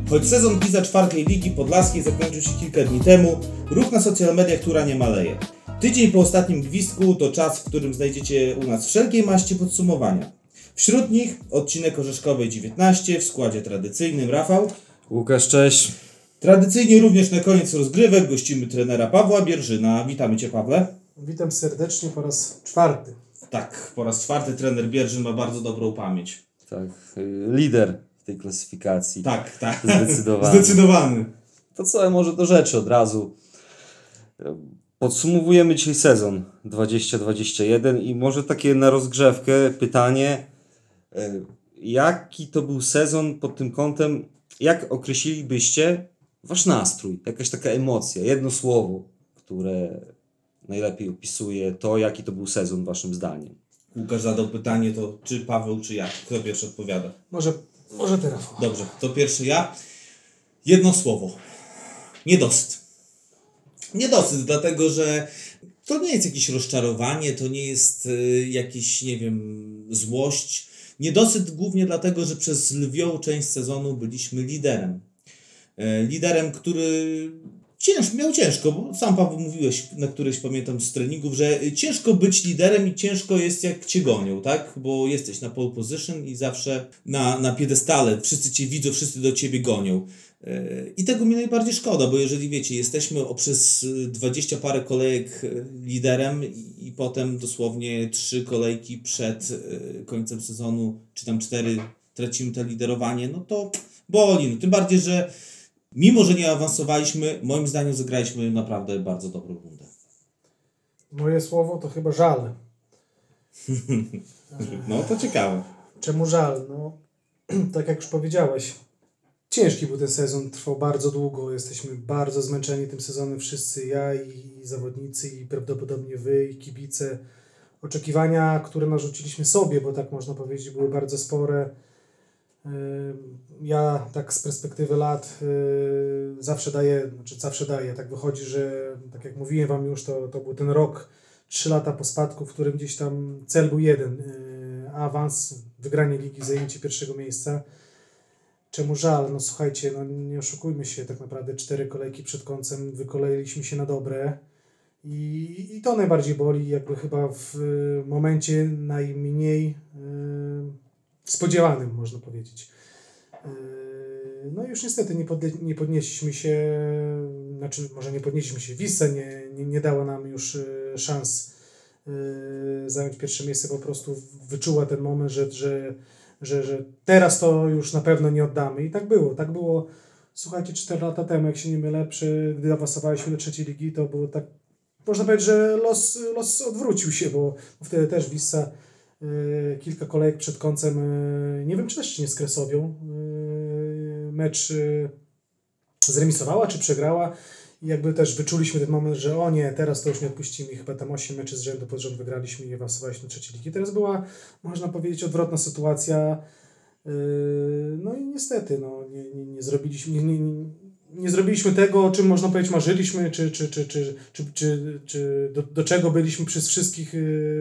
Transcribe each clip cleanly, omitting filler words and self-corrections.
Choć sezon PiSA 4. Ligi Podlaskiej zakończył się kilka dni temu, ruch na social mediach Tura nie maleje. Tydzień po ostatnim gwizdku to czas, w którym znajdziecie u nas wszelkiej maści podsumowania. Wśród nich odcinek Orzeszkowej 19 w składzie tradycyjnym Rafał. Łukasz, cześć. Tradycyjnie również na koniec rozgrywek gościmy trenera Pawła Bierżyna. Witamy Cię, Pawle. Witam serdecznie po raz czwarty. Tak, po raz czwarty trener Bierzyn ma bardzo dobrą pamięć. Tak, lider w tej klasyfikacji. Tak. Zdecydowany. To co, może do rzeczy od razu. Podsumowujemy dzisiaj sezon 2021 i może takie na rozgrzewkę pytanie, jaki to był sezon pod tym kątem, jak określilibyście wasz nastrój, jakaś taka emocja, jedno słowo, które najlepiej opisuje to, jaki to był sezon waszym zdaniem. Łukasz zadał pytanie, to czy Paweł, czy ja? Kto pierwszy odpowiada? Może ty, Rafał. Dobrze, to pierwszy ja. Jedno słowo. Niedosyt. Niedosyt, dlatego że to nie jest jakieś rozczarowanie, to nie jest jakieś, nie wiem, złość. Niedosyt głównie dlatego, że przez lwią część sezonu byliśmy liderem. Liderem, który miał ciężko, bo sam Paweł mówiłeś na którejś, pamiętam z treningów, że ciężko być liderem i ciężko jest jak Cię gonią, tak? Bo jesteś na pole position i zawsze na piedestale, wszyscy Cię widzą, wszyscy do Ciebie gonią. I tego mi najbardziej szkoda, bo jeżeli wiecie, jesteśmy przez 20 parę kolejek liderem i potem dosłownie 3 kolejki przed końcem sezonu, czy tam 4, tracimy to liderowanie, no to boli. No, tym bardziej, że mimo, że nie awansowaliśmy, moim zdaniem zagraliśmy naprawdę bardzo dobrą rundę. Moje słowo to chyba żal. No to ciekawe. Czemu żal? No, tak jak już powiedziałeś, ciężki był ten sezon, trwał bardzo długo, jesteśmy bardzo zmęczeni tym sezonem wszyscy, ja i zawodnicy i prawdopodobnie wy i kibice. Oczekiwania, które narzuciliśmy sobie, bo tak można powiedzieć, były bardzo spore. Ja tak z perspektywy lat zawsze daję, tak wychodzi, że tak jak mówiłem wam już, to był ten rok, 3 lata po spadku, w którym gdzieś tam cel był jeden, awans, wygranie ligi, zajęcie pierwszego miejsca. Czemu żal? No słuchajcie, no nie oszukujmy się, tak naprawdę 4 kolejki przed końcem wykoleiliśmy się na dobre i to najbardziej boli, jakby chyba w momencie najmniej spodziewanym, można powiedzieć. No i już niestety nie podnieśliśmy się, może nie podnieśliśmy się, Wisła nie dała nam już szans zająć pierwsze miejsce, po prostu wyczuła ten moment, że teraz to już na pewno nie oddamy. I tak było. Słuchajcie, 4 lata temu, jak się nie mylę, gdy awansowaliśmy do 3. ligi, to było tak, można powiedzieć, że los odwrócił się, bo wtedy też Wisła kilka kolejek przed końcem, nie wiem czy też nie z Kresowią, mecz zremisowała czy przegrała i jakby też wyczuliśmy ten moment, że o nie, teraz to już nie odpuścimy, chyba tam 8 meczy z rzędu pod rząd wygraliśmy i awansowaliśmy do 3. ligi. Teraz była, można powiedzieć, odwrotna sytuacja, no i niestety nie zrobiliśmy tego, o czym można powiedzieć marzyliśmy, czy do czego byliśmy przez wszystkich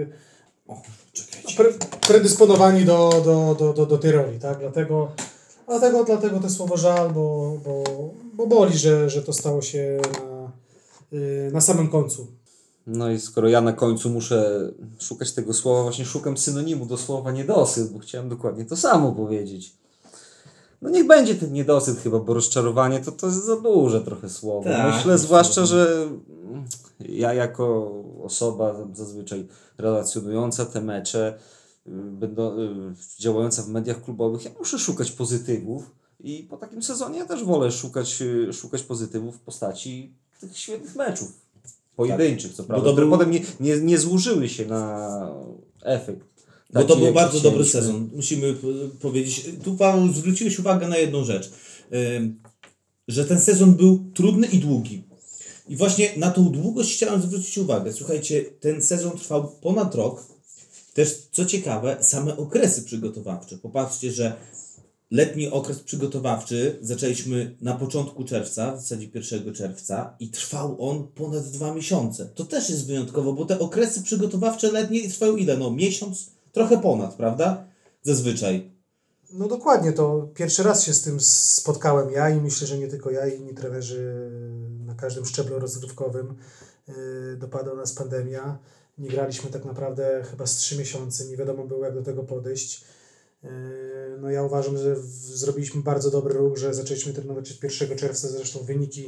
predysponowani do tej roli, tak? Dlatego to słowo żal, bo boli, że to stało się na samym końcu. No i skoro ja na końcu muszę szukać tego słowa, właśnie szukam synonimu do słowa niedosyt, bo chciałem dokładnie to samo powiedzieć. No niech będzie ten niedosyt chyba, bo rozczarowanie to jest za duże trochę słowo. Tak, myślę zwłaszcza, że ja jako osoba zazwyczaj relacjonująca te mecze, działająca w mediach klubowych, ja muszę szukać pozytywów i po takim sezonie ja też wolę szukać pozytywów w postaci tych świetnych meczów pojedynczych, co prawda, które potem nie złożyły się na efekt. Bo to był bardzo dobry sezon, musimy powiedzieć. Tu Paweł zwróciłeś uwagę na jedną rzecz, że ten sezon był trudny i długi. I właśnie na tą długość chciałem zwrócić uwagę. Słuchajcie, ten sezon trwał ponad rok. Też, co ciekawe, same okresy przygotowawcze. Popatrzcie, że letni okres przygotowawczy zaczęliśmy na początku czerwca, w zasadzie 1 czerwca i trwał on ponad 2 miesiące. To też jest wyjątkowo, bo te okresy przygotowawcze letnie trwają ile? No miesiąc? Trochę ponad, prawda? Zazwyczaj. No dokładnie, to pierwszy raz się z tym spotkałem ja i myślę, że nie tylko ja, inni trenerzy na każdym szczeblu rozgrywkowym. Dopadła nas pandemia. Nie graliśmy tak naprawdę chyba z 3 miesiące, nie wiadomo było jak do tego podejść. No ja uważam, że zrobiliśmy bardzo dobry ruch, że zaczęliśmy trenować od 1 czerwca, zresztą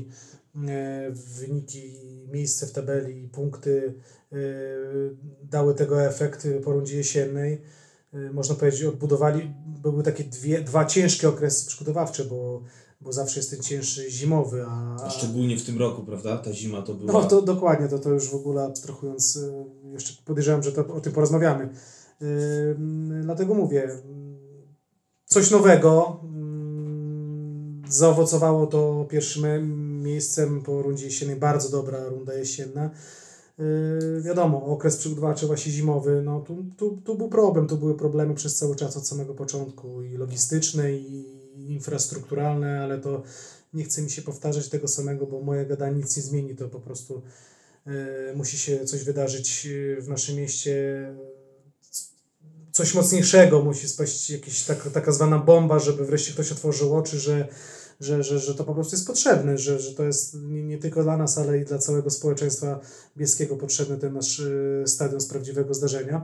wyniki, miejsce w tabeli, punkty dały tego efekt po rundzie jesiennej. Można powiedzieć, odbudowali, były takie dwa ciężkie okresy przygotowawcze, bo zawsze jest ten cięższy zimowy. A szczególnie w tym roku, prawda? Ta zima to była... No to dokładnie, to już w ogóle abstrahując, jeszcze podejrzewam, że o tym porozmawiamy. Dlatego mówię, coś nowego, zaowocowało to pierwszym miejscem po rundzie jesiennej, bardzo dobra runda jesienna. Wiadomo, okres przygotowawczy właśnie zimowy, no tu był problem, tu były problemy przez cały czas od samego początku i logistyczne i infrastrukturalne, ale to nie chce mi się powtarzać tego samego, bo moje gadanie nic nie zmieni, to po prostu musi się coś wydarzyć w naszym mieście, coś mocniejszego, musi spaść jakaś taka zwana bomba, żeby wreszcie ktoś otworzył oczy, że to po prostu jest potrzebne, że to jest nie tylko dla nas, ale i dla całego społeczeństwa bielskiego potrzebny ten nasz stadion z prawdziwego zdarzenia.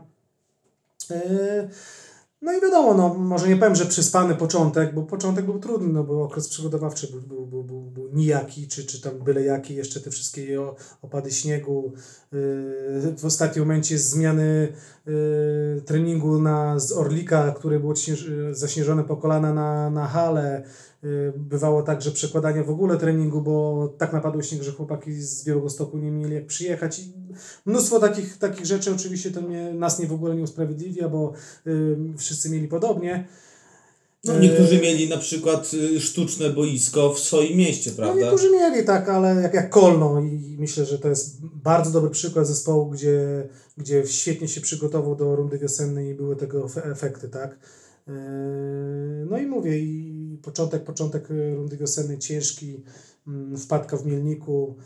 No i wiadomo, no, może nie powiem, że przyspany początek, bo początek był trudny, no bo okres przygotowawczy był nijaki, czy tam byle jaki, jeszcze te wszystkie opady śniegu. W ostatnim momencie zmiany treningu z Orlika, który był zaśnieżony po kolana na halę. Bywało tak, że przekładanie w ogóle treningu, bo tak napadł śnieg, że chłopaki z Białegostoku nie mieli jak przyjechać. I mnóstwo takich rzeczy, oczywiście to nas w ogóle nie usprawiedliwia, bo wszyscy mieli podobnie. No, niektórzy mieli na przykład sztuczne boisko w swoim mieście, prawda? No niektórzy mieli tak, ale jak Kolno i myślę, że to jest bardzo dobry przykład zespołu, gdzie świetnie się przygotował do rundy wiosennej i były tego efekty, tak? No i mówię, i początek rundy wiosennej ciężki, wpadka w Mielniku,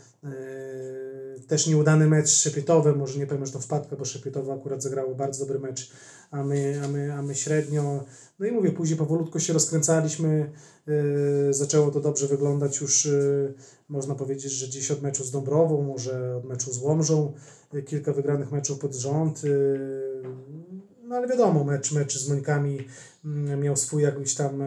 też nieudany mecz z Szepietowem, może nie powiem, że to wpadka, bo Szepietowo akurat zagrało bardzo dobry mecz, a my średnio. No i mówię, później powolutku się rozkręcaliśmy, zaczęło to dobrze wyglądać już, można powiedzieć, że gdzieś od meczu z Dąbrową, może od meczu z Łomżą, kilka wygranych meczów pod rząd. No ale wiadomo, mecz z Mońkami miał swój jakiś tam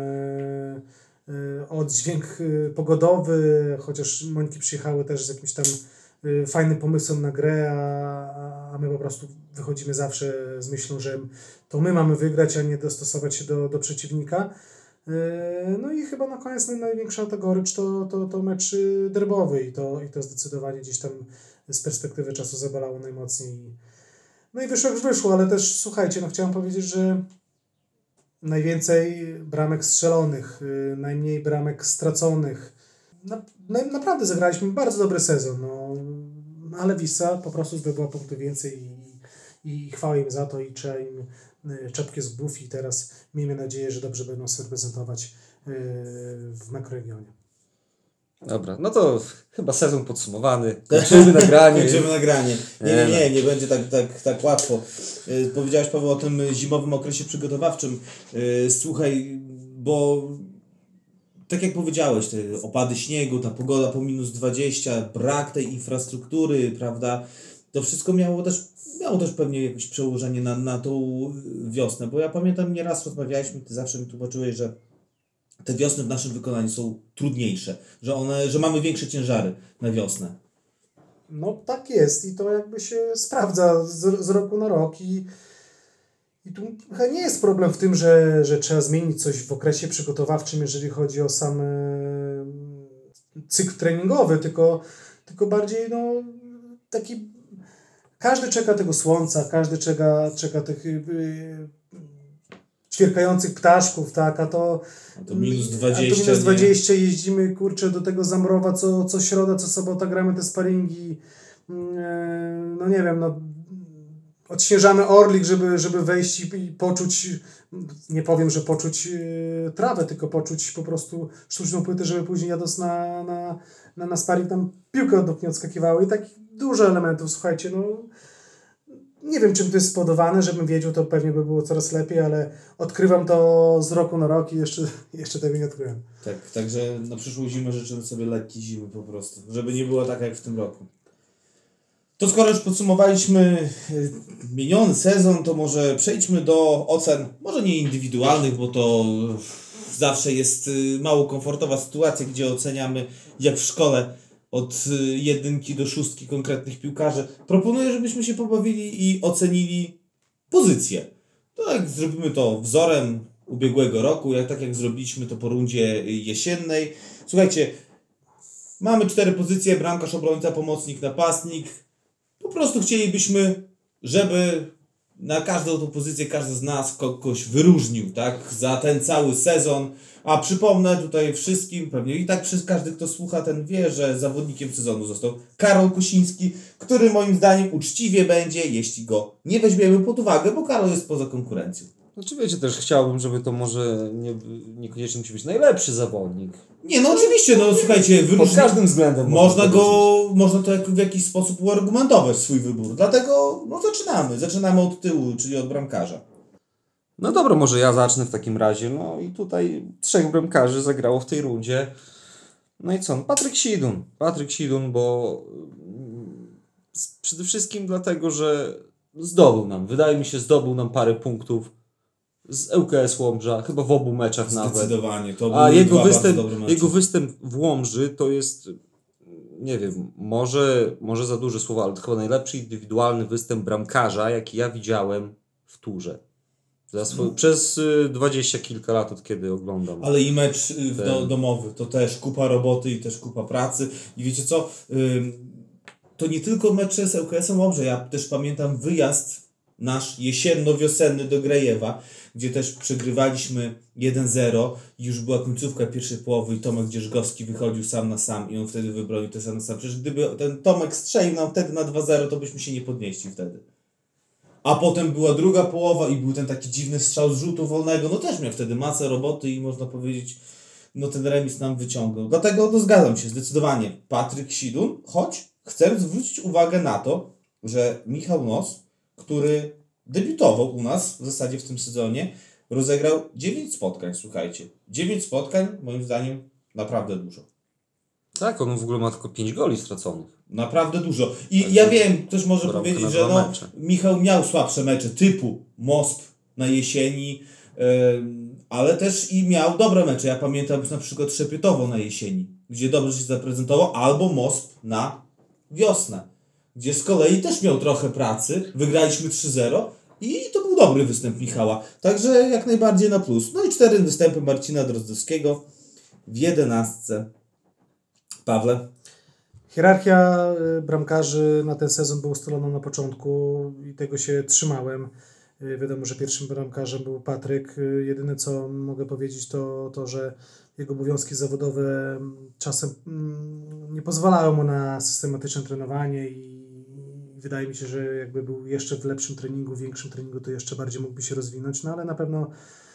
oddźwięk pogodowy, chociaż Mońki przyjechały też z jakimś tam fajnym pomysłem na grę, a my po prostu wychodzimy zawsze z myślą, że to my mamy wygrać, a nie dostosować się do przeciwnika. No i chyba na koniec największa ta gorycz to mecz derbowy i to zdecydowanie gdzieś tam z perspektywy czasu zabolało najmocniej. No i wyszło jak wyszło, ale też słuchajcie, no chciałem powiedzieć, że najwięcej bramek strzelonych, najmniej bramek straconych. Naprawdę zagraliśmy bardzo dobry sezon, no, ale Wisła po prostu zdobyła punktów więcej i chwała im za to i trzeba im czapkę z głów i teraz miejmy nadzieję, że dobrze będą się reprezentować w makroregionie. Dobra, no to chyba sezon podsumowany. Kończymy nagranie. Kończymy nagranie. Nie będzie tak łatwo. Powiedziałeś, Paweł, o tym zimowym okresie przygotowawczym. Słuchaj, bo tak jak powiedziałeś, te opady śniegu, ta pogoda po -20, brak tej infrastruktury, prawda, to wszystko miało też pewnie jakieś przełożenie na tą wiosnę, bo ja pamiętam, nieraz rozmawialiśmy, ty zawsze mi tłumaczyłeś, że te wiosny w naszym wykonaniu są trudniejsze, że mamy większe ciężary na wiosnę. No tak jest i to jakby się sprawdza z roku na rok i tu chyba nie jest problem w tym, że trzeba zmienić coś w okresie przygotowawczym, jeżeli chodzi o sam cykl treningowy, tylko bardziej taki każdy czeka tego słońca, każdy czeka tych ćwierkających ptaszków, tak, a to -20, jeździmy, kurczę, do tego Zamrowa co środa, co sobota gramy te sparingi, no nie wiem, odśnieżamy Orlik, żeby wejść i poczuć, nie powiem, że poczuć trawę, tylko poczuć po prostu sztuczną płytę, żeby później jadąc na sparing tam piłkę od nóg nie odskakiwały i tak dużo elementów, słuchajcie, Nie wiem, czym to jest spowodowane, żebym wiedział, to pewnie by było coraz lepiej, ale odkrywam to z roku na rok i jeszcze tego nie odkryłem. Tak, także na przyszłą zimę życzymy sobie lekkiej zimy po prostu, żeby nie była taka jak w tym roku. To skoro już podsumowaliśmy miniony sezon, to może przejdźmy do ocen, może nie indywidualnych, bo to zawsze jest mało komfortowa sytuacja, gdzie oceniamy jak w szkole od 1 do 6 konkretnych piłkarzy. Proponuję, żebyśmy się pobawili i ocenili pozycję. To jak zrobimy to wzorem ubiegłego roku, tak jak zrobiliśmy to po rundzie jesiennej. Słuchajcie, mamy 4 pozycje: bramkarz, obrońca, pomocnik, napastnik. Po prostu chcielibyśmy, żeby na każdą tą pozycję każdy z nas kogoś wyróżnił, tak? Za ten cały sezon. A przypomnę tutaj wszystkim, pewnie i tak każdy, kto słucha, ten wie, że zawodnikiem sezonu został Karol Kosiński, który moim zdaniem uczciwie będzie, jeśli go nie weźmiemy pod uwagę, bo Karol jest poza konkurencją. Znaczy wiecie, też chciałbym, żeby to może niekoniecznie musi być najlepszy zawodnik. Nie, no oczywiście, no słuchajcie, Pod każdym względem można to w jakiś sposób uargumentować swój wybór. Dlatego zaczynamy od tyłu, czyli od bramkarza. No dobra, może ja zacznę w takim razie. No i tutaj 3 bramkarzy zagrało w tej rundzie. No i co? Patryk Sidun, bo przede wszystkim dlatego, że wydaje mi się, zdobył nam parę punktów z ŁKS Łomża, chyba w obu meczach nawet. Zdecydowanie. To A były jego dwa bardzo dobre mecze. jego występ w Łomży to jest, nie wiem, może za duże słowa, ale to chyba najlepszy indywidualny występ bramkarza, jaki ja widziałem w turze. Przez 20 kilka lat, od kiedy oglądam. Ale i mecz domowy, to też kupa roboty i też kupa pracy. I wiecie co? To nie tylko mecze z ŁKS-em Łomża. Ja też pamiętam wyjazd nasz jesienno-wiosenny do Grajewa, gdzie też przegrywaliśmy 1-0 i już była końcówka pierwszej połowy i Tomek Dzierżgowski wychodził sam na sam i on wtedy wybronił to sam na sam. Przecież gdyby ten Tomek strzelił nam wtedy na 2-0, to byśmy się nie podnieśli wtedy. A potem była druga połowa i był ten taki dziwny strzał z rzutu wolnego. No też miał wtedy masę roboty i można powiedzieć, no ten remis nam wyciągnął. Dlatego zgadzam się zdecydowanie. Patryk Sidun, choć chcę zwrócić uwagę na to, że Michał Nos, który debiutował u nas w zasadzie w tym sezonie, rozegrał 9 spotkań, słuchajcie. 9 spotkań, moim zdaniem, naprawdę dużo. Tak, on w ogóle ma tylko 5 goli straconych. Naprawdę dużo. I ja wiem, ktoś może powiedzieć, że mecze. Michał miał słabsze mecze typu Most na jesieni, ale też i miał dobre mecze. Ja pamiętam na przykład Szepietowo na jesieni, gdzie dobrze się zaprezentował, albo Most na wiosnę, gdzie z kolei też miał trochę pracy. Wygraliśmy 3-0 i to był dobry występ Michała. Także jak najbardziej na plus. No i 4 występy Marcina Drozdowskiego w 11. Pawle? Hierarchia bramkarzy na ten sezon była ustalona na początku i tego się trzymałem. Wiadomo, że pierwszym bramkarzem był Patryk. Jedyne co mogę powiedzieć to że jego obowiązki zawodowe czasem nie pozwalały mu na systematyczne trenowanie i wydaje mi się, że jakby był jeszcze w lepszym treningu, większym treningu, to jeszcze bardziej mógłby się rozwinąć, no ale na pewno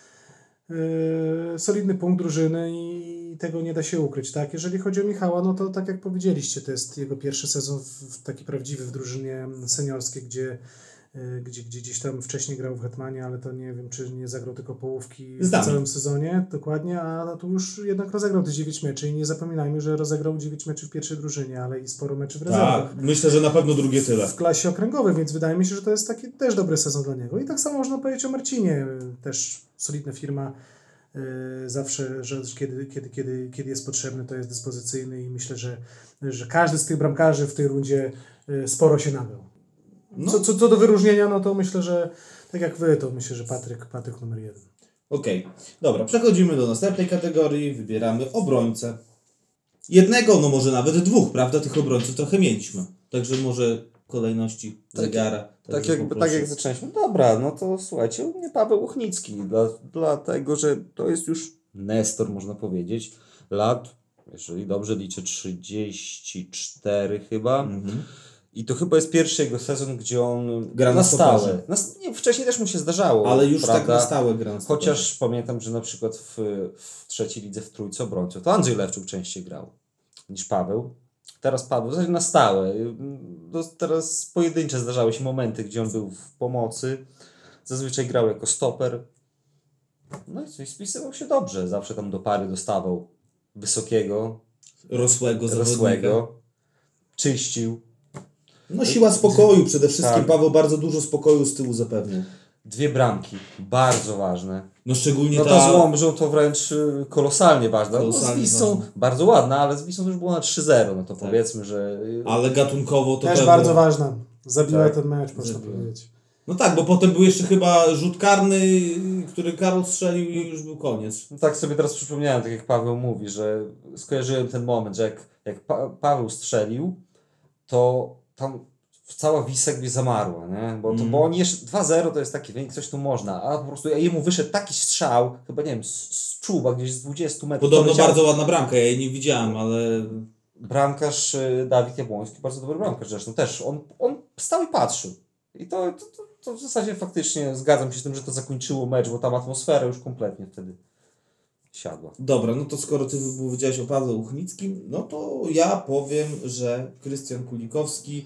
solidny punkt drużyny i tego nie da się ukryć, tak? Jeżeli chodzi o Michała, no to tak jak powiedzieliście, to jest jego pierwszy sezon taki prawdziwy w drużynie seniorskiej, gdzie gdzieś tam wcześniej grał w Hetmanie, ale to nie wiem, czy nie zagrał tylko połówki w całym sezonie, dokładnie, a tu już jednak rozegrał te 9 meczy i nie zapominajmy, że rozegrał 9 meczy w pierwszej drużynie, ale i sporo meczy w rezerwach. Tak, myślę, że na pewno drugie tyle. W klasie okręgowej, więc wydaje mi się, że to jest taki też dobry sezon dla niego. I tak samo można powiedzieć o Marcinie, też solidna firma, zawsze, że kiedy jest potrzebny, to jest dyspozycyjny i myślę, że każdy z tych bramkarzy w tej rundzie sporo się nagrał. No. Co do wyróżnienia, no to myślę, że tak jak wy, to myślę, że Patryk numer 1. Okej. Dobra, przechodzimy do następnej kategorii, wybieramy obrońcę. Jednego, no może nawet 2, prawda? Tych obrońców trochę mieliśmy. Także może kolejności zegara. Tak jak zaczęliśmy. Dobra, no to słuchajcie, u mnie Paweł Uchnicki, dlatego, że to jest już nestor, można powiedzieć, lat, jeżeli dobrze liczę, 34 chyba. Mhm. I to chyba jest pierwszy jego sezon, gdzie on gra na stałe. Nie, wcześniej też mu się zdarzało. Ale już prawda? tak na stałe gra na stałe. Chociaż pamiętam, że na przykład w trzeciej lidze w trójce obrońców to Andrzej Lewczuk częściej grał niż Paweł. Teraz Paweł, w zasadzie na stałe. Teraz pojedyncze zdarzały się momenty, gdzie on był w pomocy. Zazwyczaj grał jako stoper. No i spisywał się dobrze. Zawsze tam do pary dostawał wysokiego, Rosłego zawodnika. rosłego. Czyścił. No siła spokoju przede wszystkim. Tak. Paweł bardzo dużo spokoju z tyłu zapewnił. 2 bramki. Bardzo ważne. No szczególnie No ta... to z Łomżą to wręcz kolosalnie ważne. Kolosalnie No z Wisłą ważne. bardzo ładna, ale z Wisłą już było na 3-0. No to powiedzmy, że... Ale gatunkowo to Też pewno... bardzo ważna. Zabiła Tak. ten mecz, można Zabiła. powiedzieć. No tak, bo potem był jeszcze chyba rzut karny, który Karol strzelił i już był koniec. No tak sobie teraz przypomniałem, tak jak Paweł mówi, że skojarzyłem ten moment, że jak Paweł strzelił, to tam cała Wisła jakby zamarła, nie? Bo oni jeszcze 2-0 to jest taki wynik, coś tu można, a po prostu jemu wyszedł taki strzał, chyba nie wiem, z czuba gdzieś z 20 metrów. Podobno poleciał. bardzo ładna bramka, ja jej nie widziałem, ale... Bramkarz Dawid Jabłoński, bardzo dobry bramkarz zresztą też, on stał i patrzył. I to w zasadzie faktycznie zgadzam się z tym, że to zakończyło mecz, bo tam atmosfera już kompletnie wtedy siadła. Dobra, no to skoro ty powiedziałeś o Pawle Uchnickim, no to ja powiem, że Krystian Kulikowski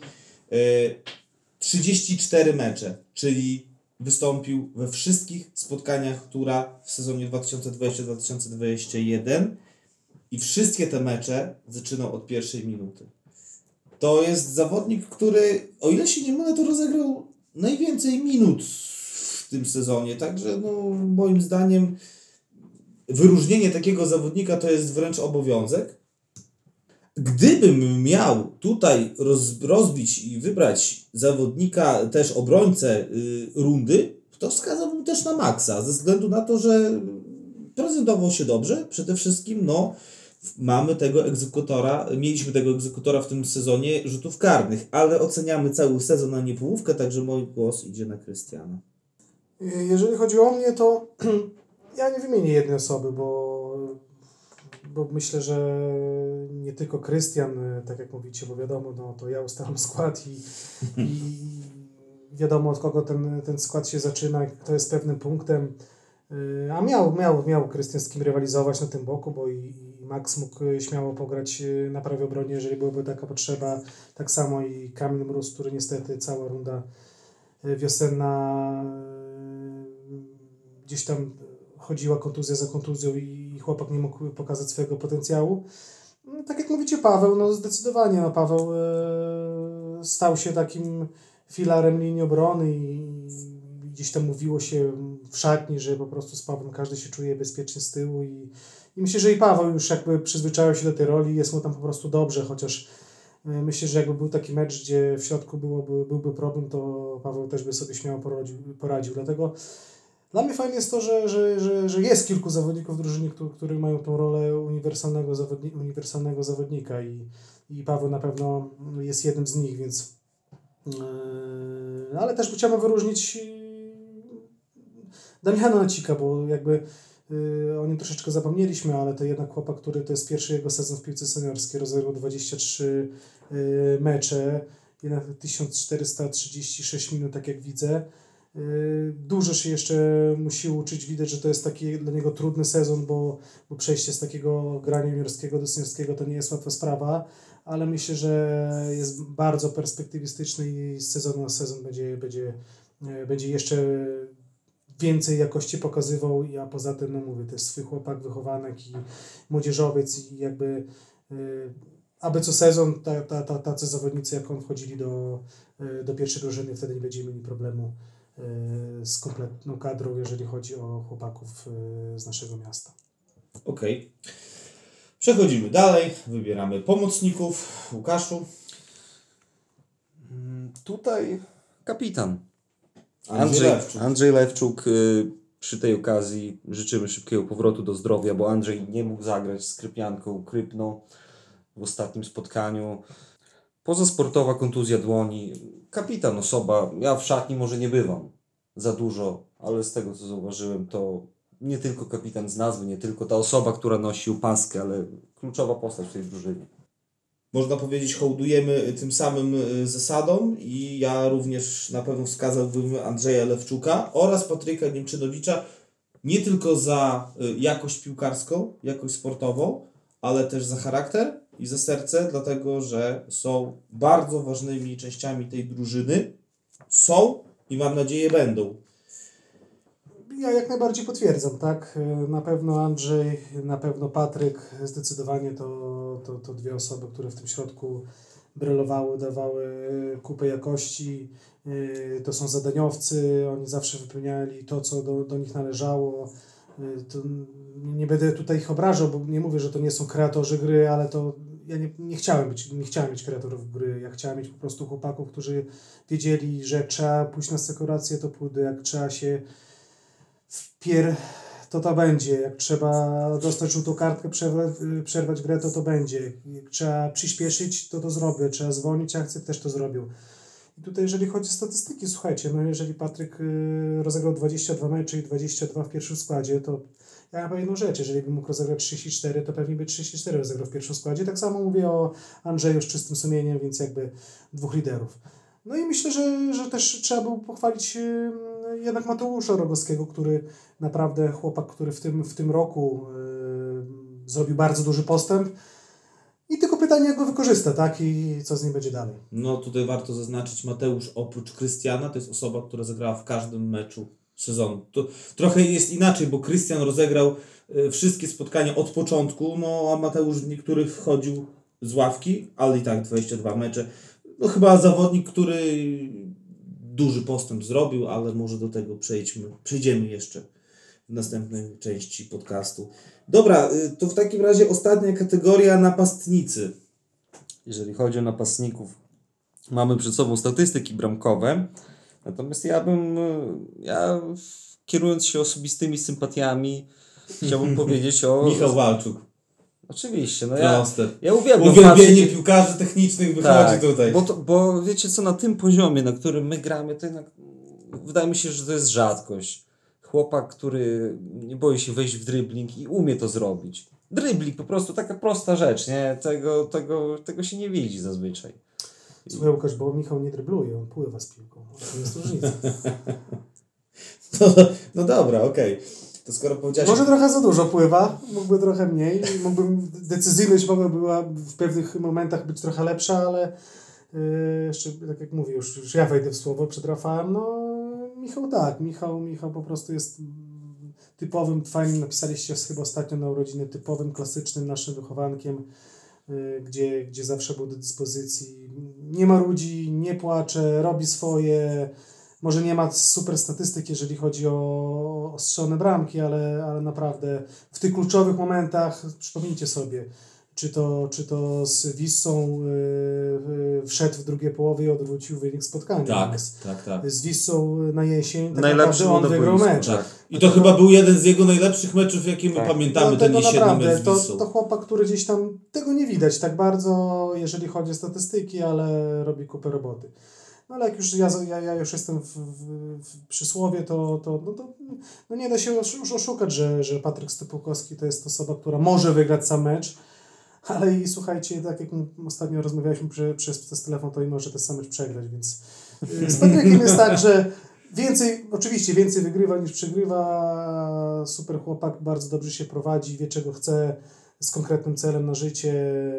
34 mecze, czyli wystąpił we wszystkich spotkaniach, która w sezonie 2020-2021 i wszystkie te mecze zaczynał od pierwszej minuty. To jest zawodnik, który, o ile się nie mylę, to rozegrał najwięcej minut w tym sezonie, także no, moim zdaniem wyróżnienie takiego zawodnika to jest wręcz obowiązek. Gdybym miał tutaj rozbić i wybrać zawodnika, też obrońcę rundy, to wskazałbym też na Maxa, ze względu na to, że prezentował się dobrze. Przede wszystkim mieliśmy tego egzekutora w tym sezonie rzutów karnych, ale oceniamy cały sezon, a nie połówkę, także mój głos idzie na Krystiana. Jeżeli chodzi o mnie, to ja nie wymienię jednej osoby, bo myślę, że nie tylko Krystian, tak jak mówicie, bo wiadomo, no to ja ustalam skład i wiadomo, od kogo ten skład się zaczyna, kto jest pewnym punktem. A miał Krystian z kim rywalizować na tym boku, bo i Max mógł śmiało pograć na prawej obronie, jeżeli byłaby taka potrzeba. Tak samo i Kamil Mróz, który niestety cała runda wiosenna gdzieś tam chodziła kontuzja za kontuzją i chłopak nie mógł pokazać swojego potencjału. No, tak jak mówicie, Paweł, no zdecydowanie, no Paweł stał się takim filarem linii obrony i gdzieś tam mówiło się w szatni, że po prostu z Pawłem każdy się czuje bezpiecznie z tyłu i myślę, że i Paweł już jakby przyzwyczaił się do tej roli, jest mu tam po prostu dobrze, chociaż myślę, że jakby był taki mecz, gdzie w środku byłby problem, to Paweł też by sobie śmiało poradził. Dlatego dla mnie fajne jest to, że jest kilku zawodników w drużynie, którzy mają tą rolę uniwersalnego zawodnika i Paweł na pewno jest jednym z nich, więc ale też chciałbym wyróżnić Damiana Nacika, bo jakby o nim troszeczkę zapomnieliśmy, ale to jednak chłopak, który to jest pierwszy jego sezon w piłce seniorskiej, rozegrał 23 mecze, jednak 1436 minut, tak jak widzę. Dużo się jeszcze musi uczyć, widać, że to jest taki dla niego trudny sezon, bo przejście z takiego grania juniorskiego do seniorskiego to nie jest łatwa sprawa, ale myślę, że jest bardzo perspektywistyczny i z sezonu na sezon będzie jeszcze więcej jakości pokazywał, a poza tym, no mówię, to jest swój chłopak, wychowanek i młodzieżowiec i jakby aby co sezon tacy zawodnicy jak on wchodzili do pierwszej drużyny, wtedy nie będziemy mieli problemu z kompletną kadrą, jeżeli chodzi o chłopaków z naszego miasta. Okej. Przechodzimy dalej, wybieramy pomocników. Łukaszu? Tutaj kapitan. Lewczuk. Andrzej Lewczuk. Przy tej okazji życzymy szybkiego powrotu do zdrowia, bo Andrzej nie mógł zagrać z Krypianką, Krypno w ostatnim spotkaniu. Pozasportowa kontuzja dłoni. Kapitan, osoba, ja w szatni może nie bywam za dużo, ale z tego co zauważyłem, to nie tylko kapitan z nazwy, nie tylko ta osoba, która nosi opaskę, ale kluczowa postać w tej drużynie. Można powiedzieć, hołdujemy tym samym zasadom i ja również na pewno wskazałbym Andrzeja Lewczuka oraz Patryka Niemczynowicza nie tylko za jakość piłkarską, jakość sportową, ale też za charakter i za serce, dlatego że są bardzo ważnymi częściami tej drużyny. Są i mam nadzieję będą. Ja jak najbardziej potwierdzam, tak? Na pewno Andrzej, na pewno Patryk, zdecydowanie to dwie osoby, które w tym środku brylowały, dawały kupę jakości. To są zadaniowcy, oni zawsze wypełniali to, co do nich należało. To nie będę tutaj ich obrażał, bo nie mówię, że to nie są kreatorzy gry, ale to ja nie chciałem mieć kreatorów gry. Ja chciałem mieć po prostu chłopaków, którzy wiedzieli, że jak trzeba pójść na sekurację, to pójdę, jak trzeba się to będzie. Jak trzeba dostać żółtą kartkę, przerwać grę, to będzie. Jak trzeba przyspieszyć, to zrobię. Trzeba zwolnić akcję, też to zrobił. I tutaj jeżeli chodzi o statystyki, słuchajcie, no jeżeli Patryk rozegrał 22 mecze i 22 w pierwszym składzie, to ja mam jedną rzecz, jeżeli bym mógł rozegrać 34, to pewnie by 34 rozegrał w pierwszym składzie. Tak samo mówię o Andrzeju z czystym sumieniem, więc jakby dwóch liderów. No i myślę, że też trzeba było pochwalić jednak Mateusza Rogowskiego, który naprawdę chłopak, który w tym roku zrobił bardzo duży postęp. I tylko pytanie, jak go wykorzysta, tak? I co z nim będzie dalej. No tutaj warto zaznaczyć, Mateusz oprócz Krystiana to jest osoba, która zagrała w każdym meczu sezonu. To trochę jest inaczej, bo Krystian rozegrał wszystkie spotkania od początku, no a Mateusz w niektórych wchodził z ławki, ale i tak 22 mecze. No chyba zawodnik, który duży postęp zrobił, ale może do tego przejdziemy jeszcze w następnej części podcastu. Dobra, to w takim razie ostatnia kategoria, napastnicy. Jeżeli chodzi o napastników, mamy przed sobą statystyki bramkowe, natomiast ja kierując się osobistymi sympatiami, chciałbym powiedzieć o... Michał Walczuk. Oczywiście, no ja uwielbiam uwielbienie piłkarzy technicznych wychodzi tutaj. Bo wiecie co, na tym poziomie, na którym my gramy, to jednak wydaje mi się, że to jest rzadkość. Chłopak, który nie boi się wejść w dribbling i umie to zrobić. Dribbling, po prostu taka prosta rzecz, nie? Tego się nie widzi zazwyczaj. Słuchaj Łukasz, bo Michał nie drybluje, on pływa z piłką. To jest różnica. No dobra, okej. To skoro powiedziałeś... Może trochę za dużo pływa, mógłby trochę mniej. Decyzyjność mogła w pewnych momentach być trochę lepsza, ale jeszcze tak jak mówię, już ja wejdę w słowo przed Rafałem, no Michał tak, Michał po prostu jest typowym, fajnie napisaliście chyba ostatnio na urodziny, typowym, klasycznym naszym wychowankiem, gdzie zawsze był do dyspozycji. Nie marudzi, nie płacze, robi swoje. Może nie ma super statystyk, jeżeli chodzi o strzelone bramki, ale naprawdę w tych kluczowych momentach, przypomnijcie sobie, czy to z Wissą wszedł w drugiej połowie i odwrócił wynik spotkania. Tak. Z Wissą na jesień tak najlepszy on wygrał mecz. Tak. I to chyba był jeden z jego najlepszych meczów, jakie my pamiętamy, ten jesienny mecz z Wissą. To chłopak, który gdzieś tam, tego nie widać tak bardzo, jeżeli chodzi o statystyki, ale robi kupę roboty. No ale jak już ja już jestem w przysłowie, to nie da się już oszukać, że Patryk Stypułkowski to jest osoba, która może wygrać sam mecz, ale i słuchajcie, tak jak ostatnio rozmawialiśmy przez telefon, to i może ten sam mecz przegrać, więc z Patrykiem jest tak, że oczywiście więcej wygrywa niż przegrywa, super chłopak, bardzo dobrze się prowadzi, wie czego chce, z konkretnym celem na życie,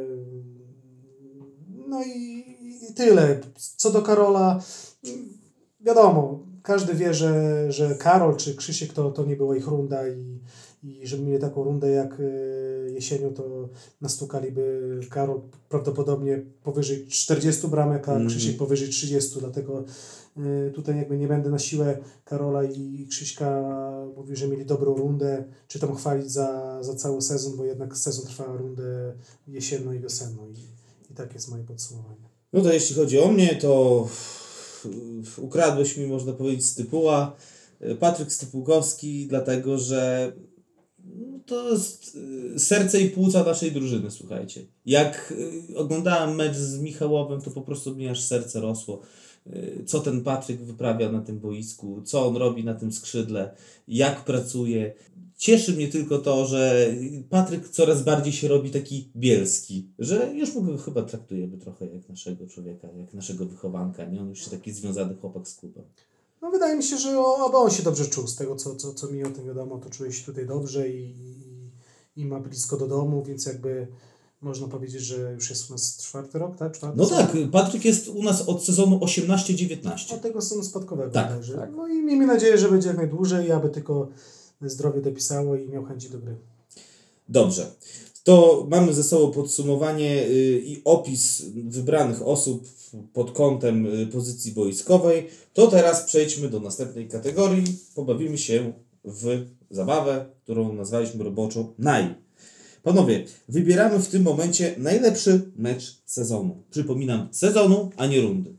no i tyle. Co do Karola, wiadomo, każdy wie, że Karol czy Krzysiek to nie była ich runda i żeby mieli taką rundę jak jesienią, to nastukaliby Karol prawdopodobnie powyżej 40 bramek, a Krzysiek powyżej 30, dlatego tutaj jakby nie będę na siłę Karola i Krzyśka mówił, że mieli dobrą rundę, czy tam chwalić za cały sezon, bo jednak sezon trwa rundę jesienną i wiosenną i tak jest moje podsumowanie. No to jeśli chodzi o mnie, to ukradłeś mi, można powiedzieć, Stypuła. Patryk Stypułkowski, dlatego że to jest serce i płuca naszej drużyny, słuchajcie. Jak oglądałem mecz z Michałowem, to po prostu mi aż serce rosło. Co ten Patryk wyprawia na tym boisku, co on robi na tym skrzydle, jak pracuje. Cieszy mnie tylko to, że Patryk coraz bardziej się robi taki bielski, że już my go chyba traktujemy trochę jak naszego człowieka, jak naszego wychowanka, nie? On już się taki związany chłopak z klubem. No wydaje mi się, że on się dobrze czuł z tego, co mi o tym wiadomo, to czuje się tutaj dobrze i ma blisko do domu, więc jakby można powiedzieć, że już jest u nas 4. rok, tak? 4. No sezon? tak, Patryk jest u nas od sezonu 18-19. Od tego sezonu spadkowego Tak, bodajże. tak. No i miejmy nadzieję, że będzie jak najdłużej, aby tylko zdrowie dopisało i miał chęci do gry. Dobrze. To mamy ze sobą podsumowanie i opis wybranych osób pod kątem pozycji boiskowej. To teraz przejdźmy do następnej kategorii. Pobawimy się w zabawę, którą nazwaliśmy roboczo NAJ. Panowie, wybieramy w tym momencie najlepszy mecz sezonu. Przypominam, sezonu, a nie rundy.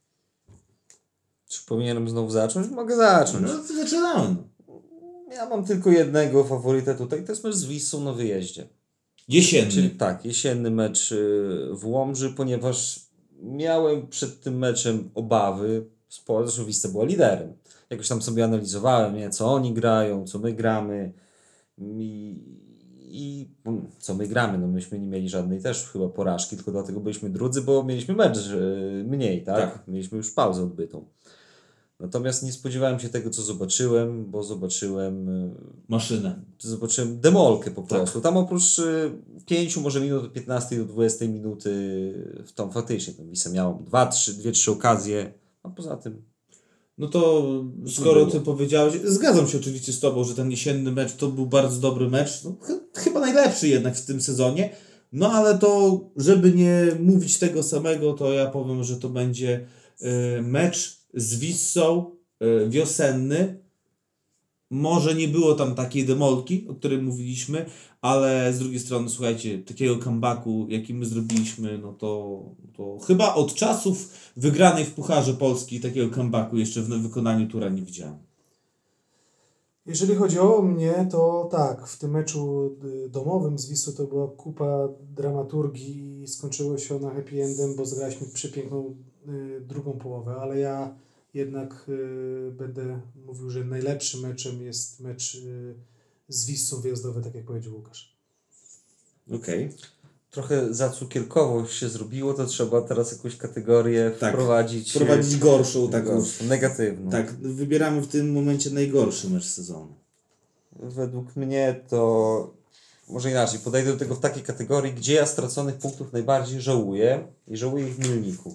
Czy powinienem znowu zacząć? Mogę zacząć. No to zaczynamy. Ja mam tylko jednego faworyta tutaj, to jest mecz z Wisłą na wyjeździe. Jesienny. Czyli tak, jesienny mecz w Łomży, ponieważ miałem przed tym meczem obawy, zresztą Wisła była liderem. Jakoś tam sobie analizowałem, nie, co oni grają, co my gramy i co my gramy. No myśmy nie mieli żadnej też chyba porażki, tylko dlatego byliśmy drudzy, bo mieliśmy mecz mniej, tak? Tak. Mieliśmy już pauzę odbytą. Natomiast nie spodziewałem się tego, co zobaczyłem, bo Maszynę. zobaczyłem demolkę po prostu. Tam oprócz 5 może minut od 15 do 20 minuty w tą faktycznie tam Wisła miał 2-3 okazje, a poza tym No to skoro ty powiedziałeś, zgadzam się oczywiście z tobą, że ten jesienny mecz to był bardzo dobry mecz, no, chyba najlepszy jednak w tym sezonie, no ale to, żeby nie mówić tego samego, to ja powiem, że to będzie mecz z Wisłą wiosenny. Może nie było tam takiej demolki, o której mówiliśmy, ale z drugiej strony, słuchajcie, takiego comebacku, jaki my zrobiliśmy, no to chyba od czasów wygranej w Pucharze Polski takiego comebacku jeszcze w wykonaniu Tura nie widziałem. Jeżeli chodzi o mnie, to tak, w tym meczu domowym z Wisłą to była kupa dramaturgii i skończyło się ona happy endem, bo zagraliśmy przepiękną drugą połowę, ale ja jednak będę mówił, że najlepszym meczem jest mecz z Wisłą wyjazdowy, tak jak powiedział Łukasz. Okej. trochę za cukierkowo się zrobiło, to trzeba teraz jakąś kategorię Tak. wprowadzić. Wprowadzić gorszą taką. Negatywną. Tak, wybieramy w tym momencie najgorszy mecz sezonu. Według mnie to może inaczej, podejdę do tego w takiej kategorii, gdzie ja straconych punktów najbardziej żałuję i żałuję ich w Mielniku.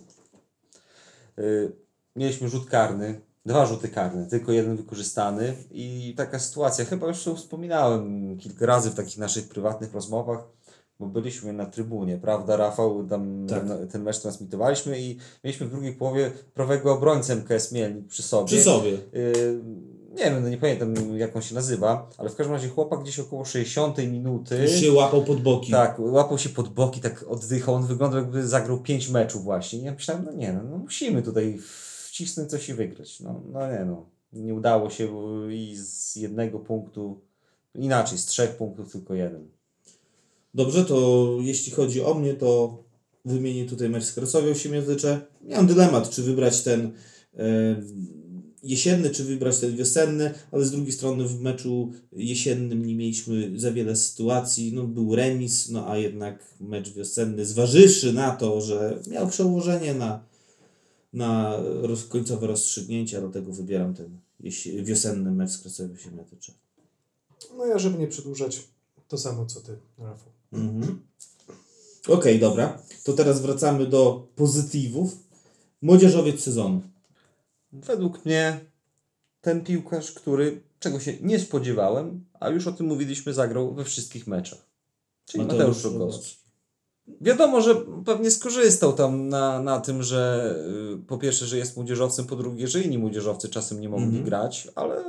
Mieliśmy rzut karny, 2 rzuty karne, tylko 1 wykorzystany i taka sytuacja, chyba już to wspominałem kilka razy w takich naszych prywatnych rozmowach, bo byliśmy na trybunie, prawda Rafał, tam Tak. ten mecz transmitowaliśmy i mieliśmy w drugiej połowie prawego obrońcę MKS Mielnik przy sobie. Przy sobie. Nie wiem, no nie pamiętam jak on się nazywa, ale w każdym razie chłopak gdzieś około 60 minuty. Już się łapał pod boki. Tak, łapał się pod boki, tak oddychał, on wyglądał jakby zagrał 5 meczów właśnie. I ja myślałem, no musimy tutaj wcisnąć coś i wygrać. Nie udało się i z 1 punktu, inaczej, z 3 punktów tylko 1. Dobrze, to jeśli chodzi o mnie, to wymienię tutaj mecz z Krasowią Siemiatycze. Miałem dylemat, czy wybrać ten jesienny, czy wybrać ten wiosenny, ale z drugiej strony w meczu jesiennym nie mieliśmy za wiele sytuacji. No, był remis, no a jednak mecz wiosenny, zważywszy na to, że miał przełożenie na końcowe rozstrzygnięcia, dlatego wybieram ten wiosenny mecz z Krasowią Siemiatycze. No ja, żeby nie przedłużać, to samo co ty, Rafał. Okej, dobra. To teraz wracamy do pozytywów. Młodzieżowiec sezonu. Według mnie ten piłkarz, czego się nie spodziewałem, a już o tym mówiliśmy, zagrał we wszystkich meczach. Czyli Mateusz Rogowski. Wiadomo, że pewnie skorzystał tam na tym, że po pierwsze, że jest młodzieżowcem, po drugie, że inni młodzieżowcy czasem nie mogli grać,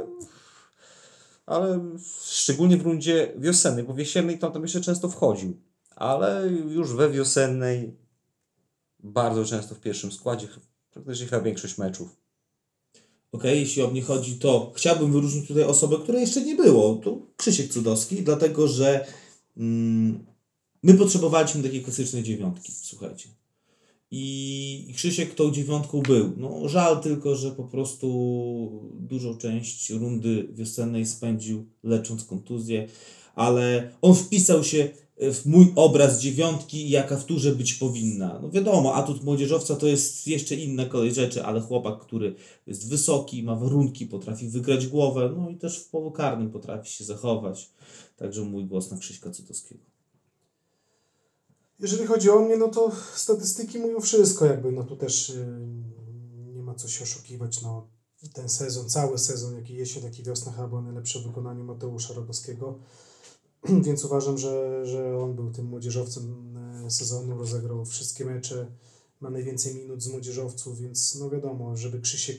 ale szczególnie w rundzie wiosennej, bo w jesiennej to on tam jeszcze często wchodził, ale już we wiosennej bardzo często w pierwszym składzie, praktycznie chyba większość meczów. Okej, jeśli o mnie chodzi, to chciałbym wyróżnić tutaj osobę, której jeszcze nie było. To Krzysiek Cudowski, dlatego że my potrzebowaliśmy takiej klasycznej 9, słuchajcie. I Krzysiek tą 9 był. No, żal tylko, że po prostu dużą część rundy wiosennej spędził lecząc kontuzję, ale on wpisał się w mój obraz 9, jaka w turze być powinna. No wiadomo, atut młodzieżowca to jest jeszcze inna kolej rzeczy, ale chłopak, który jest wysoki, ma warunki, potrafi wygrać głowę, no i też w polu karnym potrafi się zachować. Także mój głos na Krzyśka Cudowskiego. Jeżeli chodzi o mnie, no to statystyki mówią wszystko jakby, no tu też nie ma co się oszukiwać, no ten sezon, cały sezon, jaki jesień, taki wiosna chyba był najlepszy w wykonaniu Mateusza Rogowskiego, więc uważam, że on był tym młodzieżowcem sezonu, rozegrał wszystkie mecze, ma najwięcej minut z młodzieżowców, więc no wiadomo, żeby Krzysiek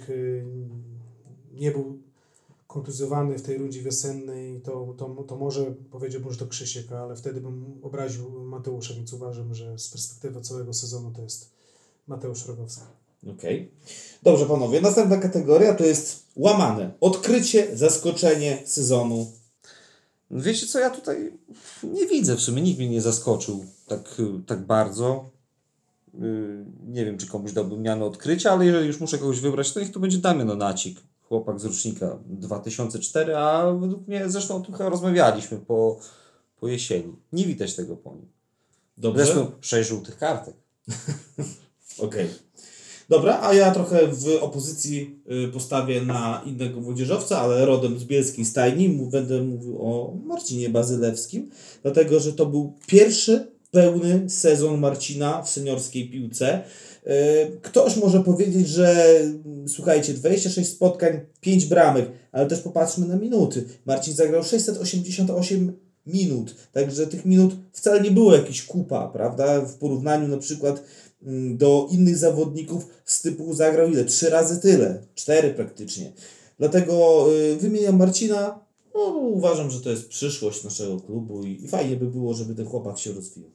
nie był kontuzjowany w tej rundzie wiosennej, to może powiedziałbym, że to Krzysiek, ale wtedy bym obraził Mateusza, więc uważam, że z perspektywy całego sezonu to jest Mateusz Rogowski. Okej. Dobrze, panowie. Następna kategoria to jest łamane. Odkrycie, zaskoczenie sezonu. Wiecie co, ja tutaj nie widzę w sumie, nikt mnie nie zaskoczył tak bardzo. Nie wiem, czy komuś dałbym miano odkrycia, ale jeżeli już muszę kogoś wybrać, to niech to będzie Damian Onacik, chłopak z rocznika 2004, a według mnie, zresztą o tym chyba rozmawialiśmy po jesieni. Nie widać tego po nim. Dobrze? Zresztą 6 żółtych kartek. Okej. Dobra, a ja trochę w opozycji postawię na innego młodzieżowca, ale rodem z bielskiej stajni. Będę mówił o Marcinie Bazylewskim, dlatego że to był pierwszy pełny sezon Marcina w seniorskiej piłce. Ktoś może powiedzieć, że słuchajcie, 26 spotkań, 5 bramek, ale też popatrzmy na minuty. Marcin zagrał 688 minut, także tych minut wcale nie było jakiś kupa, prawda? W porównaniu na przykład do innych zawodników z typu zagrał ile? 3 razy tyle, 4 praktycznie. Dlatego wymieniam Marcina. No, uważam, że to jest przyszłość naszego klubu i fajnie by było, żeby ten chłopak się rozwijał.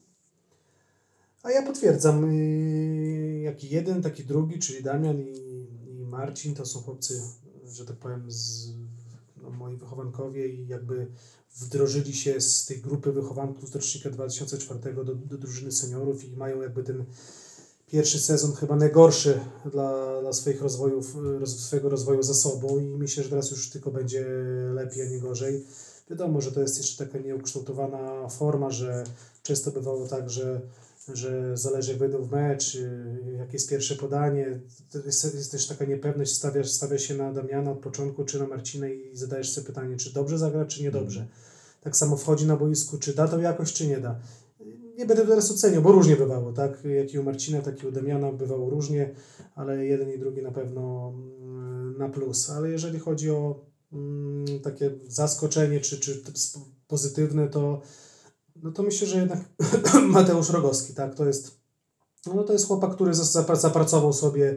A ja potwierdzam, jaki jeden, taki drugi, czyli Damian i Marcin, to są chłopcy, że tak powiem, moi wychowankowie i jakby wdrożyli się z tej grupy wychowanków z rocznika 2004 do drużyny seniorów i mają jakby ten pierwszy sezon chyba najgorszy dla swojego rozwoju za sobą i myślę, że teraz już tylko będzie lepiej, a nie gorzej. Wiadomo, że to jest jeszcze taka nieukształtowana forma, że często bywało tak, że zależy jak wejdą w mecz, jakie jest pierwsze podanie. To jest też taka niepewność, stawia się na Damiana od początku, czy na Marcina i zadajesz sobie pytanie, czy dobrze zagra, czy niedobrze. Tak samo wchodzi na boisku, czy da to jakoś, czy nie da. Nie będę teraz oceniał, bo różnie bywało, tak? Jak i u Marcina, tak i u Damiana bywało różnie, ale jeden i drugi na pewno na plus. Ale jeżeli chodzi o takie zaskoczenie, czy pozytywne, to myślę, że jednak Mateusz Rogowski, tak? To jest chłopak, który zapracował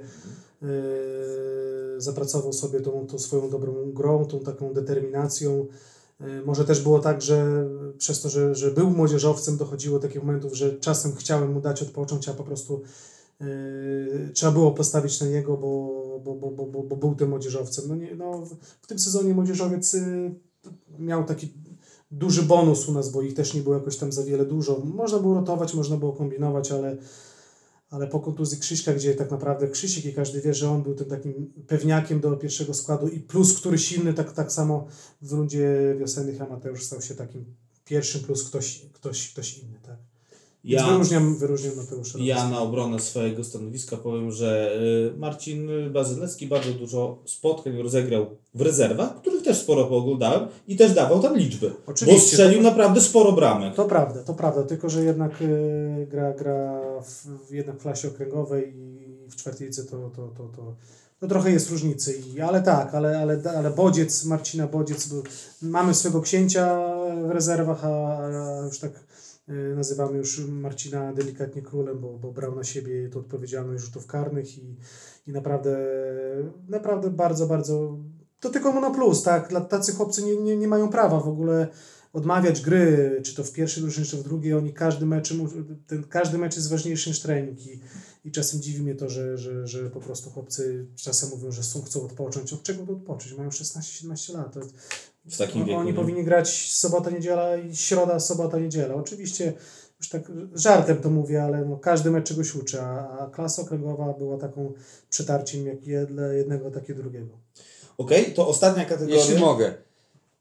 sobie tą swoją dobrą grą, tą taką determinacją. Może też było tak, że przez to, że był młodzieżowcem, dochodziło do takich momentów, że czasem chciałem mu dać odpocząć, a po prostu trzeba było postawić na niego, bo był tym młodzieżowcem. W tym sezonie młodzieżowiec miał taki duży bonus u nas, bo ich też nie było jakoś tam za wiele dużo. Można było rotować, można było kombinować, ale po kontuzji Krzyśka, gdzie tak naprawdę Krzysiek i każdy wie, że on był tym takim pewniakiem do pierwszego składu i plus któryś inny, tak samo w rundzie wiosennych Amateusz stał się takim pierwszym plus ktoś inny, tak. Wyróżniam Mateusza. Ja na obronę swojego stanowiska powiem, że Marcin Bazylewski bardzo dużo spotkań rozegrał w rezerwach, których też sporo pooglądałem i też dawał tam liczby. Oczywiście, bo strzelił naprawdę sporo bramek. To prawda, tylko że jednak gra jednak w klasie okręgowej i w czwartej lidze to trochę jest różnicy, ale bodziec, Marcina Bodziec, mamy swego księcia w rezerwach, a już tak nazywamy już Marcina delikatnie królem, bo brał na siebie tę odpowiedzialność rzutów karnych i naprawdę bardzo, bardzo to tylko mu na plus, tak? Tacy chłopcy nie mają prawa w ogóle odmawiać gry, czy to w pierwszej drużynie, czy w drugiej. Oni każdy mecz jest ważniejszy niż trening i czasem dziwi mnie to, że po prostu chłopcy czasem mówią, że chcą odpocząć. Od czego by odpocząć? Mają 16-17 lat. W takim wieku. Oni powinni grać sobota, niedziela i środa, sobota, niedziela. Oczywiście już tak żartem to mówię, ale każdy mecz czegoś uczy, a klasa okręgowa była taką przetarciem jak dla jednego, tak i drugiego. Okej, to ostatnia kategoria. Jeśli mogę.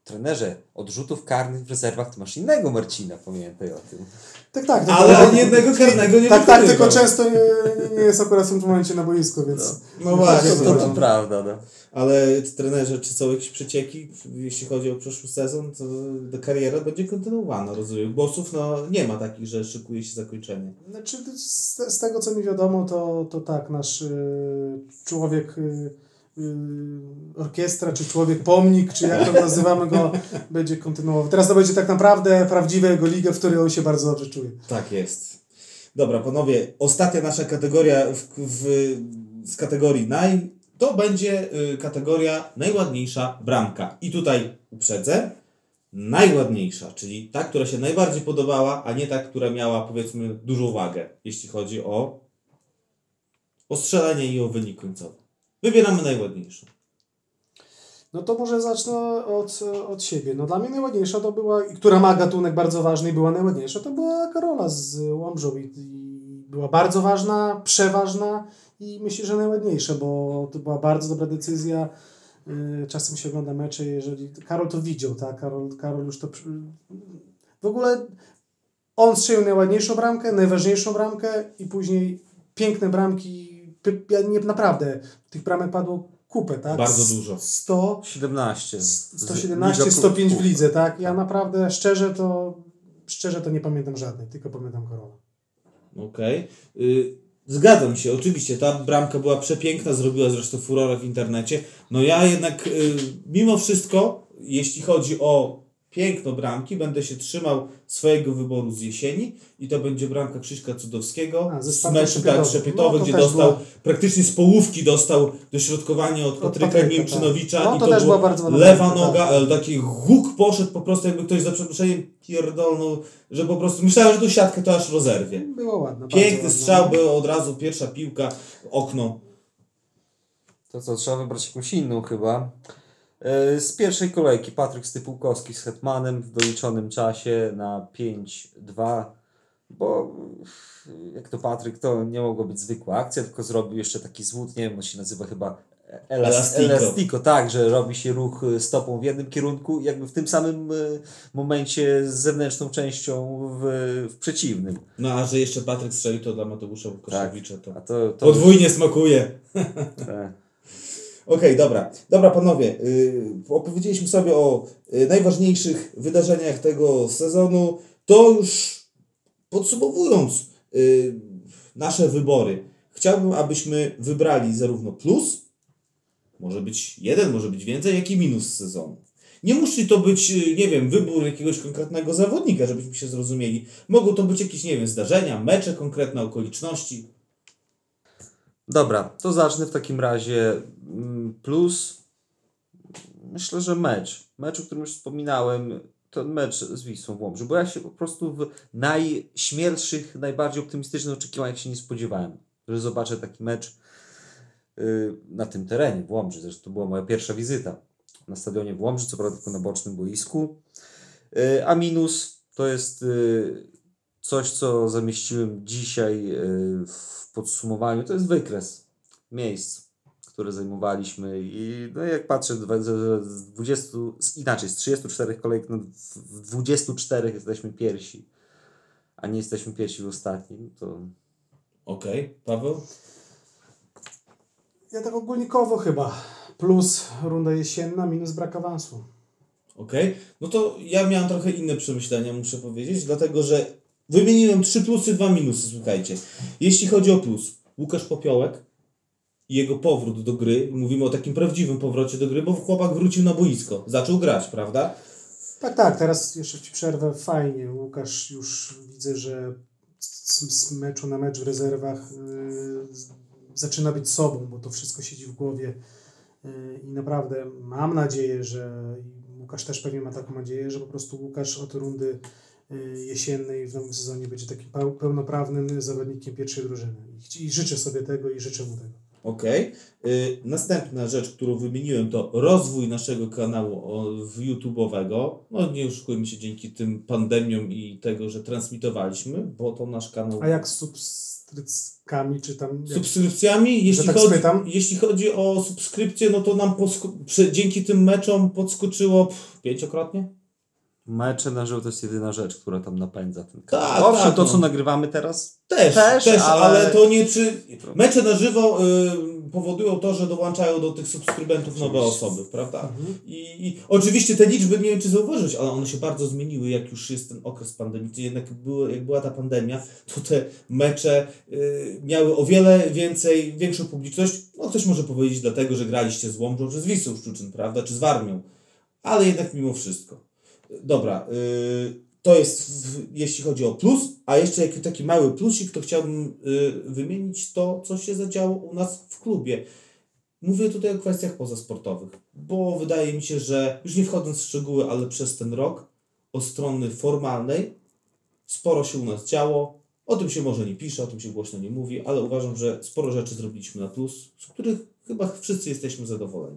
trenerze, od rzutów karnych w rezerwach to masz innego Marcina, pamiętaj o tym. Tak. Ale ani jednego karnego nie Tak, wykonywał. tylko często nie jest akurat w tym momencie na boisku, więc... No właśnie, To prawda, no. ale trenerze, czy są jakieś przecieki, jeśli chodzi o przyszły sezon, to kariera będzie kontynuowana, rozumiem. Głosów nie ma takich, że szykuje się zakończenie. Znaczy, z tego co mi wiadomo, to tak, nasz człowiek orkiestra, czy człowiek pomnik, czy jak to nazywamy go, będzie kontynuował. Teraz to będzie tak naprawdę prawdziwa jego liga, w której on się bardzo dobrze czuje. Tak jest. Dobra, panowie, ostatnia nasza kategoria z kategorii to będzie kategoria najładniejsza bramka. I tutaj uprzedzę, najładniejsza, czyli ta, która się najbardziej podobała, a nie ta, która miała, powiedzmy, dużą wagę, jeśli chodzi o strzelanie i o wynik końcowy. Wybieramy najładniejszą. No to może zacznę od siebie. No dla mnie najładniejsza to była, i która ma gatunek bardzo ważny i była najładniejsza, to była Karola z Łomżą i była bardzo ważna, przeważna i myślę, że najładniejsza, bo to była bardzo dobra decyzja. Czasem się ogląda mecze, jeżeli Karol to widział, tak? Karol już to... W ogóle on strzelił najładniejszą bramkę, najważniejszą bramkę i później piękne bramki. Naprawdę, tych bramek padło kupę, tak? Bardzo dużo. 17. 117, 105 w lidze, tak? Ja naprawdę szczerze to nie pamiętam żadnej, tylko pamiętam Karola. Okej. Zgadzam się, oczywiście, ta bramka była przepiękna, zrobiła zresztą furorę w internecie. No ja jednak mimo wszystko, jeśli chodzi o piękno bramki, będę się trzymał swojego wyboru z jesieni i to będzie bramka Krzyśka Cudowskiego z meczu Szepietowy, gdzie dostał praktycznie z połówki dostał dośrodkowanie od Patryka Niemczynowicza tak. i To to też była była bardzo lewa ładna noga, ale taki huk poszedł po prostu, jakby ktoś za przeproszeniem pierdolnął, że po prostu myślałem, że tu siatkę to aż rozerwie. Była ładna. Piękny strzał, był od razu pierwsza piłka, okno. To co, trzeba wybrać jakąś inną chyba. Z pierwszej kolejki Patryk Stypułkowski z Hetmanem w doliczonym czasie na 5-2, bo jak to Patryk, to nie mogło być zwykła akcja, tylko zrobił jeszcze taki zwód, nie wiem, on się nazywa chyba Elastico, tak, że robi się ruch stopą w jednym kierunku i jakby w tym samym momencie z zewnętrzną częścią w przeciwnym. No a że jeszcze Patryk strzelił, to dla Mateusza Łukaszewicza A to to podwójnie smakuje. tak. Okej, dobra panowie, opowiedzieliśmy sobie o najważniejszych wydarzeniach tego sezonu. To już podsumowując nasze wybory, chciałbym, abyśmy wybrali zarówno plus, może być jeden, może być więcej, jak i minus sezonu. Nie musi to być, nie wiem, wybór jakiegoś konkretnego zawodnika, żebyśmy się zrozumieli. Mogą to być jakieś, nie wiem, zdarzenia, mecze, konkretne okoliczności. Dobra, to zacznę w takim razie. Plus, myślę, że mecz, o którym już wspominałem, ten mecz z Wisłą w Łomży, bo ja się po prostu w najśmielszych, najbardziej optymistycznych oczekiwaniach się nie spodziewałem, że zobaczę taki mecz na tym terenie w Łomży. Zresztą to była moja pierwsza wizyta na stadionie w Łomży, co prawda tylko na bocznym boisku. A minus to jest coś, co zamieściłem dzisiaj w podsumowaniu, to jest wykres miejsc, które zajmowaliśmy i no jak patrzę z 20, inaczej, z 34 kolejek, no w 24 jesteśmy pierwsi, a nie jesteśmy pierwsi w ostatnim, to... Okej, Paweł? Ja tak ogólnikowo chyba. Plus runda jesienna, minus brak awansu. Okej, no to ja miałem trochę inne przemyślenia, muszę powiedzieć, dlatego że wymieniłem 3 plusy, 2 minusy, słuchajcie. Jeśli chodzi o plus, Łukasz Popiołek i jego powrót do gry, mówimy o takim prawdziwym powrocie do gry, bo chłopak wrócił na boisko, zaczął grać, prawda? Tak, teraz jeszcze Ci przerwę, fajnie. Łukasz już widzę, że z meczu na mecz w rezerwach zaczyna być sobą, bo to wszystko siedzi w głowie i naprawdę mam nadzieję, że Łukasz też pewnie ma taką nadzieję, że po prostu Łukasz od rundy jesiennej w nowym sezonie będzie takim pełnoprawnym zawodnikiem pierwszej drużyny. I życzę sobie tego i życzę mu tego. Okej. Następna rzecz, którą wymieniłem, to rozwój naszego kanału YouTube'owego. No nie oszukujmy się, dzięki tym pandemiom i tego, że transmitowaliśmy, bo to nasz kanał... A jak z subskrypcjami, czy tam... Subskrypcjami, tak spytam? jeśli chodzi o subskrypcje, no to nam dzięki tym meczom podskoczyło 5-krotnie. Mecze na żywo to jest jedyna rzecz, która tam napędza ten kanał. Tak, Owszem, tak, to no. co nagrywamy teraz Też, ale... ale to nie mecze na żywo powodują to, że dołączają do tych subskrybentów nowe osoby, prawda? I oczywiście te liczby, nie wiem czy zauważyłeś, ale one się bardzo zmieniły, jak już jest ten okres pandemiczny. Jednak jak była ta pandemia, to te mecze miały o wiele większą publiczność. No ktoś może powiedzieć dlatego, że graliście z Łomżą, czy z Wisłą Szczuczyn, prawda? Czy z Warmią. Ale jednak mimo wszystko. Dobra, to jest jeśli chodzi o plus, a jeszcze jaki taki mały plusik, to chciałbym wymienić to, co się zadziało u nas w klubie. Mówię tutaj o kwestiach pozasportowych, bo wydaje mi się, że już nie wchodząc w szczegóły, ale przez ten rok od strony formalnej sporo się u nas działo. O tym się może nie pisze, o tym się głośno nie mówi, ale uważam, że sporo rzeczy zrobiliśmy na plus, z których chyba wszyscy jesteśmy zadowoleni.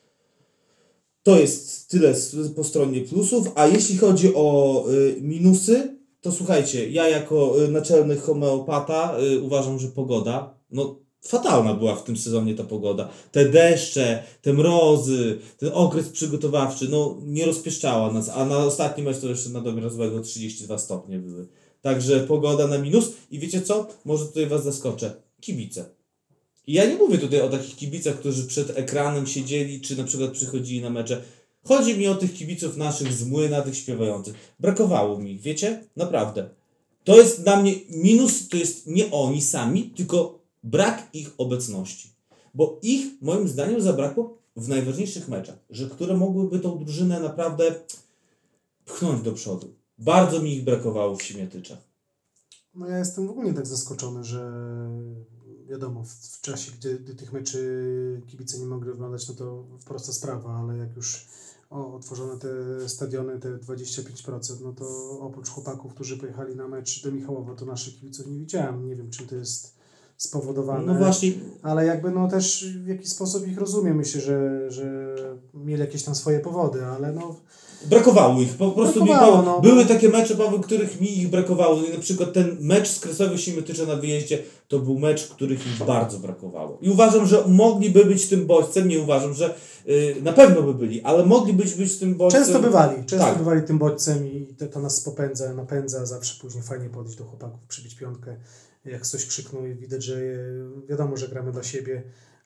To jest tyle po stronie plusów, a jeśli chodzi o minusy, to słuchajcie, ja jako naczelny homeopata uważam, że pogoda, no fatalna była w tym sezonie ta pogoda. Te deszcze, te mrozy, ten okres przygotowawczy, no nie rozpieszczała nas, a na ostatni mecz to jeszcze na domiar złego 32 stopnie były. Także pogoda na minus i wiecie co? Może tutaj was zaskoczę. Kibice. I ja nie mówię tutaj o takich kibicach, którzy przed ekranem siedzieli, czy na przykład przychodzili na mecze. Chodzi mi o tych kibiców naszych z Młyna, tych śpiewających. Brakowało mi ich, wiecie? Naprawdę. To jest dla mnie minus, to jest nie oni sami, tylko brak ich obecności. Bo ich, moim zdaniem, zabrakło w najważniejszych meczach, które mogłyby tą drużynę naprawdę pchnąć do przodu. Bardzo mi ich brakowało w Siemiatyczach. No ja jestem ogólnie tak zaskoczony, że wiadomo, w czasie, gdy tych meczy kibice nie mogli oglądać, no to prosta sprawa, ale jak już otworzono te stadiony, te 25%, no to oprócz chłopaków, którzy pojechali na mecz do Michałowa, to naszych kibiców nie widziałem. Nie wiem, czym to jest spowodowane. No właśnie. Ale jakby no też w jakiś sposób ich rozumiem. Myślę, że mieli jakieś tam swoje powody, ale no... Brakowało ich, po prostu Brakowało, były takie mecze, Paweł, których mi ich brakowało. Na przykład ten mecz z Kresowy Siemiatycza na wyjeździe, to był mecz, których ich bardzo brakowało. I uważam, że mogliby być tym bodźcem, nie uważam, że na pewno by byli, ale mogliby być tym bodźcem. Często bywali tym bodźcem i to nas napędza, zawsze później fajnie podejść do chłopaków, przybić piątkę, jak ktoś krzyknął i widać, że wiadomo, że gramy dla siebie,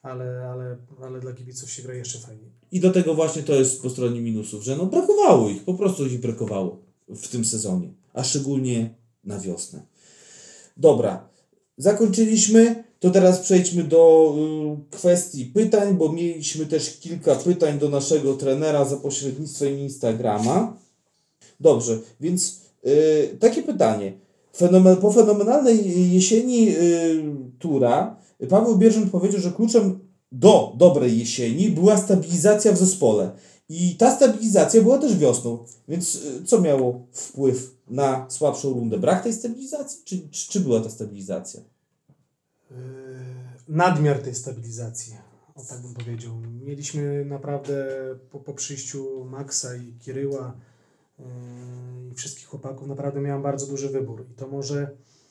ale dla kibiców się gra jeszcze fajniej. I do tego właśnie to jest po stronie minusów, że no brakowało ich, po prostu ich brakowało w tym sezonie, a szczególnie na wiosnę. Dobra, zakończyliśmy, to teraz przejdźmy do kwestii pytań, bo mieliśmy też kilka pytań do naszego trenera za pośrednictwem Instagrama. Dobrze, więc takie pytanie. Po fenomenalnej jesieni Tura Paweł Bierzyn powiedział, że kluczem do dobrej jesieni była stabilizacja w zespole. I ta stabilizacja była też wiosną. Więc co miało wpływ na słabszą rundę? Brak tej stabilizacji? Czy była ta stabilizacja? Nadmiar tej stabilizacji, o tak bym powiedział. Mieliśmy naprawdę po przyjściu Maxa i Kiryła i wszystkich chłopaków, naprawdę miałem bardzo duży wybór. I to może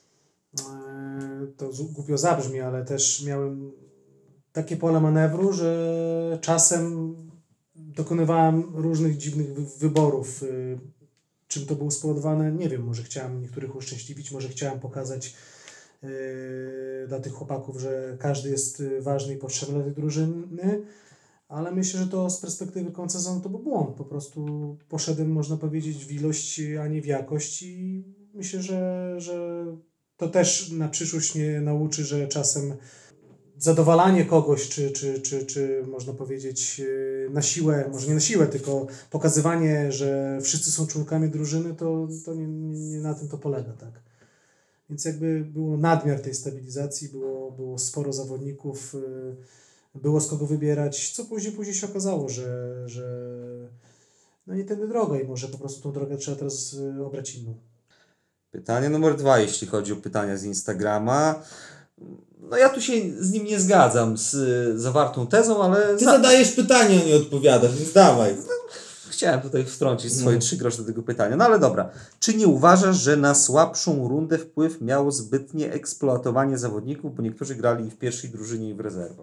to głupio zabrzmi, ale też miałem takie pole manewru, że czasem dokonywałem różnych dziwnych wyborów. Czym to było spowodowane? Nie wiem, może chciałem niektórych uszczęśliwić, może chciałem pokazać dla tych chłopaków, że każdy jest ważny i potrzebny dla tej drużyny, ale myślę, że to z perspektywy końca sezonu to był błąd. Po prostu poszedłem, można powiedzieć, w ilość, a nie w jakość i myślę, że to też na przyszłość mnie nauczy, że czasem zadowalanie kogoś, czy można powiedzieć na siłę, może nie na siłę, tylko pokazywanie, że wszyscy są członkami drużyny, to nie na tym to polega, tak. Więc jakby było nadmiar tej stabilizacji, było sporo zawodników, było z kogo wybierać, co później się okazało, że no nie tędy droga i może po prostu tą drogę trzeba teraz obrać inną. Pytanie numer 2, jeśli chodzi o pytania z Instagrama. No ja tu się z nim nie zgadzam z zawartą tezą, ale Ty zadajesz pytanie, a nie odpowiadasz, więc dawaj. chciałem tutaj wtrącić swoje 3 grosze do tego pytania. No ale dobra. Czy nie uważasz, że na słabszą rundę wpływ miało zbytnie eksploatowanie zawodników, bo niektórzy grali w pierwszej drużynie i w rezerwach?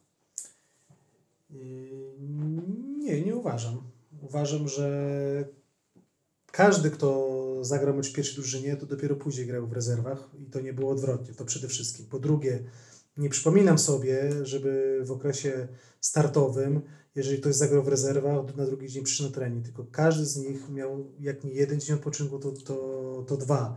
Nie uważam. Uważam, że każdy, kto zagrał mecz w pierwszej drużynie, to dopiero później grał w rezerwach i to nie było odwrotnie, to przede wszystkim. Po drugie, nie przypominam sobie, żeby w okresie startowym, jeżeli ktoś zagrał w rezerwach, na drugi dzień przyszedł na trening, tylko każdy z nich miał jak nie jeden dzień odpoczynku, to 2.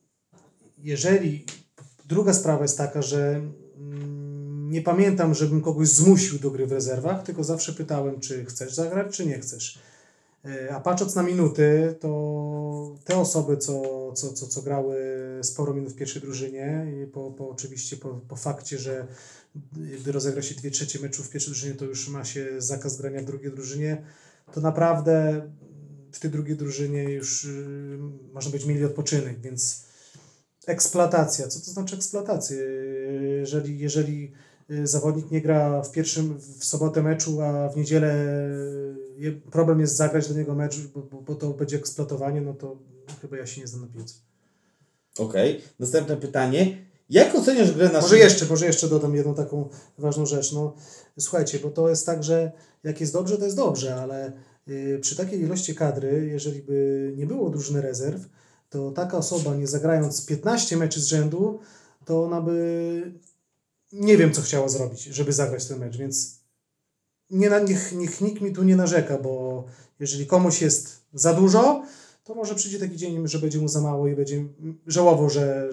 Druga sprawa jest taka, że nie pamiętam, żebym kogoś zmusił do gry w rezerwach, tylko zawsze pytałem, czy chcesz zagrać, czy nie chcesz. A patrząc na minuty, to te osoby, co grały sporo minut w pierwszej drużynie, oczywiście po fakcie, że gdy rozegra się 2/3 meczów w pierwszej drużynie, to już ma się zakaz grania w drugiej drużynie, to naprawdę w tej drugiej drużynie już można być mieli odpoczynek, więc eksploatacja. Co to znaczy eksploatacja? Jeżeli zawodnik nie gra w sobotę meczu, a w niedzielę problem jest zagrać do niego mecz, bo to będzie eksploatowanie, no to chyba ja się nie znam na piłce. Okej. Następne pytanie. Jak oceniasz grę naszych... Może jeszcze dodam jedną taką ważną rzecz. No, słuchajcie, bo to jest tak, że jak jest dobrze, to jest dobrze, ale przy takiej ilości kadry, jeżeli by nie było drużyny rezerw, to taka osoba, nie zagrając 15 meczy z rzędu, to ona by nie wiem, co chciała zrobić, żeby zagrać ten mecz, więc niech nikt mi tu nie narzeka, bo jeżeli komuś jest za dużo, to może przyjdzie taki dzień, że będzie mu za mało i będzie żałował,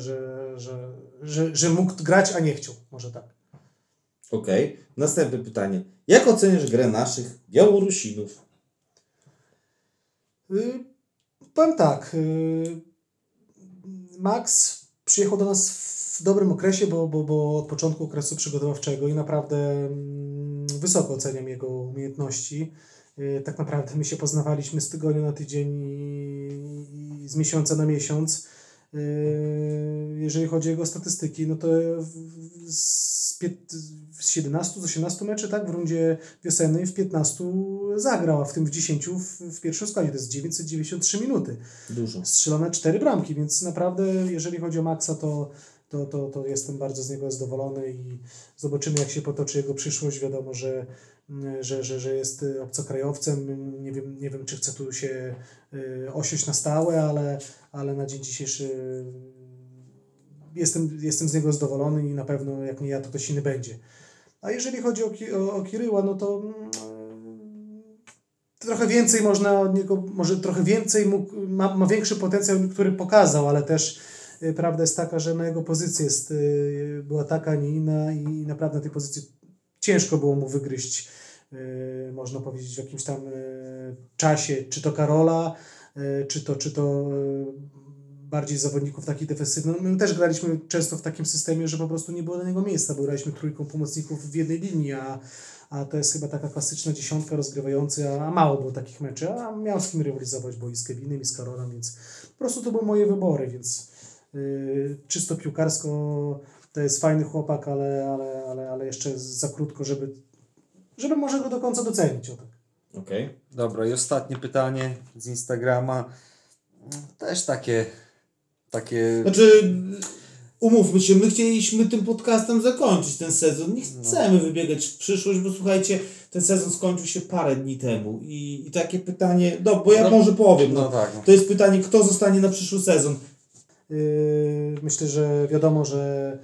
że mógł grać, a nie chciał. Może tak. Okej. Następne pytanie. Jak oceniasz grę naszych Białorusinów? Powiem tak. Max przyjechał do nas w dobrym okresie, bo od początku okresu przygotowawczego i naprawdę wysoko oceniam jego umiejętności. Tak naprawdę my się poznawaliśmy z tygodnia na tydzień i z miesiąca na miesiąc. Jeżeli chodzi o jego statystyki, no to z 17, z 18 meczy, tak, w rundzie wiosennej w 15 zagrał, a w tym w 10 w pierwszym składzie. To jest 993 minuty. Dużo. Strzelone 4 bramki, więc naprawdę jeżeli chodzi o Maxa, to jestem bardzo z niego zadowolony i zobaczymy, jak się potoczy jego przyszłość. Wiadomo, że jest obcokrajowcem. Nie wiem, czy chce tu się osiąść na stałe, ale na dzień dzisiejszy jestem z niego zadowolony i na pewno, jak nie ja, to ktoś inny będzie. A jeżeli chodzi o Kiryła, no to trochę więcej można od niego, może trochę więcej ma większy potencjał, który pokazał, ale też prawda jest taka, że na jego pozycja była taka, a nie inna i naprawdę na tej pozycji ciężko było mu wygryźć, można powiedzieć, w jakimś tam czasie, czy to Karola, czy to bardziej zawodników takich defensywnych. My też graliśmy często w takim systemie, że po prostu nie było do niego miejsca, bo graliśmy trójką pomocników w jednej linii, a to jest chyba taka klasyczna dziesiątka rozgrywający, a mało było takich meczy, a miał z kim rywalizować, bo i z Kevinem, i z Karolem, więc po prostu to były moje wybory, więc czysto piłkarsko to jest fajny chłopak, ale jeszcze za krótko, żeby może go do końca docenić. O tak. Okej. Dobra, i ostatnie pytanie z Instagrama. Też takie... Znaczy, umówmy się, my chcieliśmy tym podcastem zakończyć ten sezon. Nie chcemy wybiegać w przyszłość, bo słuchajcie, ten sezon skończył się parę dni temu i takie pytanie, bo ja może powiem, tak. To jest pytanie, kto zostanie na przyszły sezon. Myślę, że wiadomo, że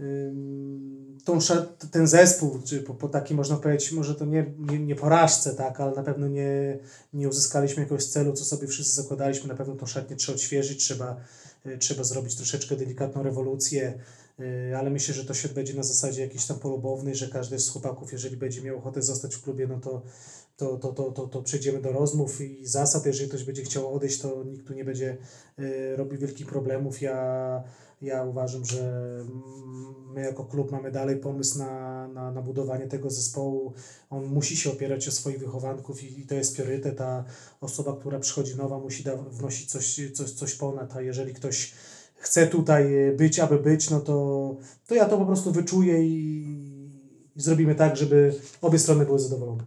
ten zespół, czy po takiej można powiedzieć, może to nie porażce, tak, ale na pewno nie uzyskaliśmy jakiegoś celu, co sobie wszyscy zakładaliśmy, na pewno tą szatnię trzeba odświeżyć, trzeba zrobić troszeczkę delikatną rewolucję, ale myślę, że to się odbędzie na zasadzie jakiejś tam polubownej, że każdy z chłopaków, jeżeli będzie miał ochotę zostać w klubie, no to przejdziemy do rozmów i zasad. Jeżeli ktoś będzie chciał odejść, to nikt tu nie będzie robił wielkich problemów. Ja uważam, że my jako klub mamy dalej pomysł na budowanie tego zespołu. On musi się opierać o swoich wychowanków i to jest priorytet. Ta osoba, która przychodzi nowa, musi wnosić coś ponad, a jeżeli ktoś chce tutaj być, aby być, no to ja to po prostu wyczuję i zrobimy tak, żeby obie strony były zadowolone.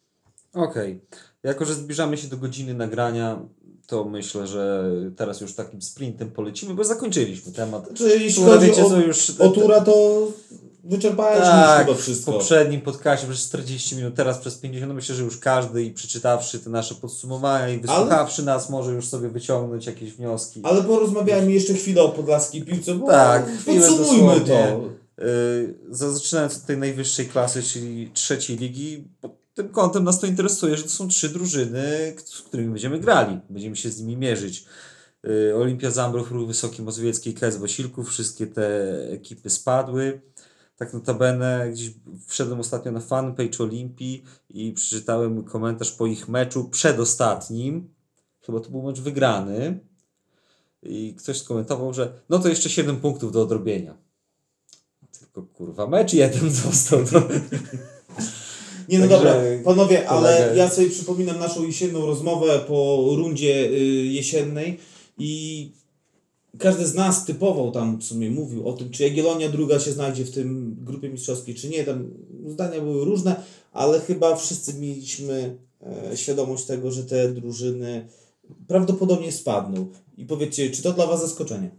Okej. Jako że zbliżamy się do godziny nagrania, to myślę, że teraz już takim sprintem polecimy, bo zakończyliśmy temat. Znaczy, jeśli Tura, chodzi wiecie o, co, już o Tura, to wyczerpałeś już tak, chyba w wszystko. poprzednim podcastie przez 40 minut, teraz przez 50, no myślę, że już każdy i przeczytawszy te nasze podsumowania i wysłuchawszy nas może już sobie wyciągnąć jakieś wnioski. Ale porozmawiajmy jeszcze chwilę o podlaskiej piłce, bo Tak, chwilę podsumujmy dosłownie. to. Zaczynając od tej najwyższej klasy, czyli trzeciej ligi, pod tym kątem nas to interesuje, że to są 3 drużyny, z którymi będziemy grali. Będziemy się z nimi mierzyć. Olimpia Zambrów, Ruch Wysoki Mazowiecki i KS Wasilków. Wszystkie te ekipy spadły. Tak notabene gdzieś wszedłem ostatnio na fanpage Olimpii i przeczytałem komentarz po ich meczu przedostatnim. Chyba to był mecz wygrany. I ktoś skomentował, że no to jeszcze 7 punktów do odrobienia. Tylko kurwa mecz jeden został. Nie, no Także dobra, panowie, ale kolega- ja sobie przypominam naszą jesienną rozmowę po rundzie jesiennej i każdy z nas typował tam w sumie mówił o tym, czy Jagiellonia druga się znajdzie w tym grupie mistrzowskiej, czy nie. Tam zdania były różne, ale chyba wszyscy mieliśmy świadomość tego, że te drużyny prawdopodobnie spadną. I powiedzcie, czy to dla was zaskoczenie?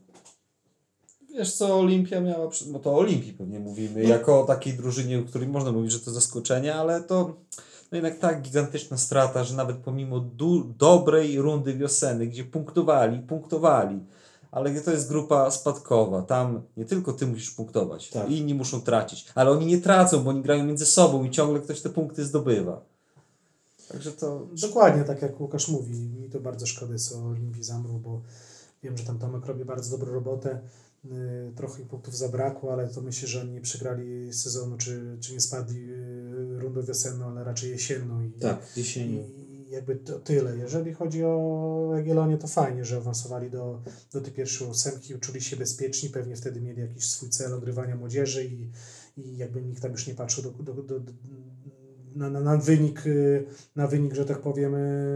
Wiesz co, Olimpia miała, no to o Olimpii pewnie mówimy, jako o takiej drużynie, o której można mówić, że to zaskoczenie, ale to no jednak tak gigantyczna strata, że nawet pomimo dobrej rundy wiosennej, gdzie punktowali, ale to jest grupa spadkowa, tam nie tylko ty musisz punktować, Tak. inni muszą tracić, ale oni nie tracą, bo oni grają między sobą i ciągle ktoś te punkty zdobywa. Także to... Dokładnie tak jak Łukasz mówi. Mi to bardzo szkoda jest o Olimpii Zamrów, bo wiem, że tam Tomek robi bardzo dobrą robotę. Trochę ich punktów zabrakło, ale to myślę, że oni nie przegrali sezonu, czy nie spadli rundą wiosenną, ale raczej jesienną. Tak, jesienią. I jakby to tyle. Jeżeli chodzi o Jagiellonię, to fajnie, że awansowali do tej pierwszej ósemki, czuli się bezpieczni, pewnie wtedy mieli jakiś swój cel ogrywania młodzieży i jakby nikt tam już nie patrzył na wynik, że tak powiem,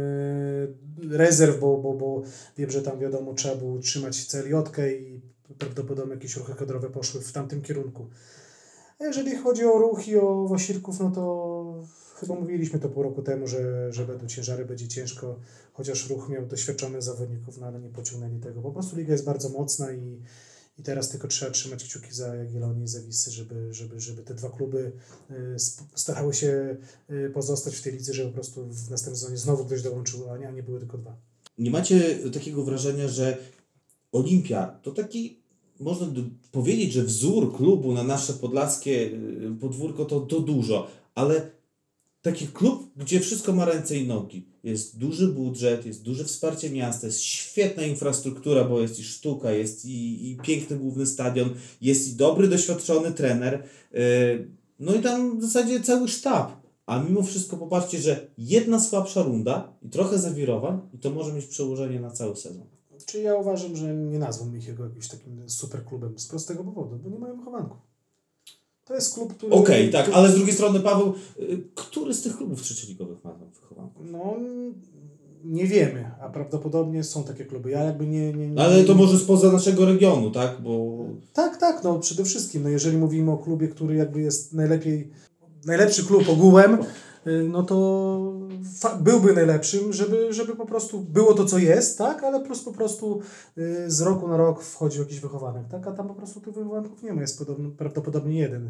rezerw, bo wiem, że tam wiadomo, trzeba było utrzymać CLJ-kę i prawdopodobnie jakieś ruchy kadrowe poszły w tamtym kierunku. A jeżeli chodzi o Ruch i o Wasilków, no to chyba mówiliśmy to pół roku temu, że będą ciężary, będzie ciężko, chociaż Ruch miał doświadczonych zawodników, no ale nie pociągnęli tego. Po prostu liga jest bardzo mocna i teraz tylko trzeba trzymać kciuki za Jagiellonię i za Wisłę, żeby te dwa kluby starały się pozostać w tej lidze, żeby po prostu w następnym sezonie znowu ktoś dołączył, a nie były tylko dwa. Nie macie takiego wrażenia, że Olimpia to taki, można powiedzieć, że wzór klubu na nasze podlaskie podwórko to dużo, ale taki klub, gdzie wszystko ma ręce i nogi. Jest duży budżet, jest duże wsparcie miasta, jest świetna infrastruktura, bo jest i sztuka, jest i piękny główny stadion, jest i dobry, doświadczony trener, no i tam w zasadzie cały sztab. A mimo wszystko popatrzcie, że jedna słabsza runda i trochę zawirowań i to może mieć przełożenie na cały sezon. Czyli ja uważam, że nie nazwą ich jakimś takim super klubem z prostego powodu, bo nie mają wychowanków. To jest klub, który... Okej, tak, ale z drugiej strony, Paweł, który z tych klubów trzecioligowych ma wychowanków? No, nie wiemy, a prawdopodobnie są takie kluby. Ja jakby nie Ale to może spoza naszego regionu, tak? Bo... Tak, no przede wszystkim, no jeżeli mówimy o klubie, który jakby jest najlepszy klub ogółem, no to byłby najlepszym, żeby po prostu było to, co jest, tak, ale plus po prostu z roku na rok wchodzi jakiś wychowanek, tak, a tam po prostu tych wychowanków nie ma, jest prawdopodobnie jeden.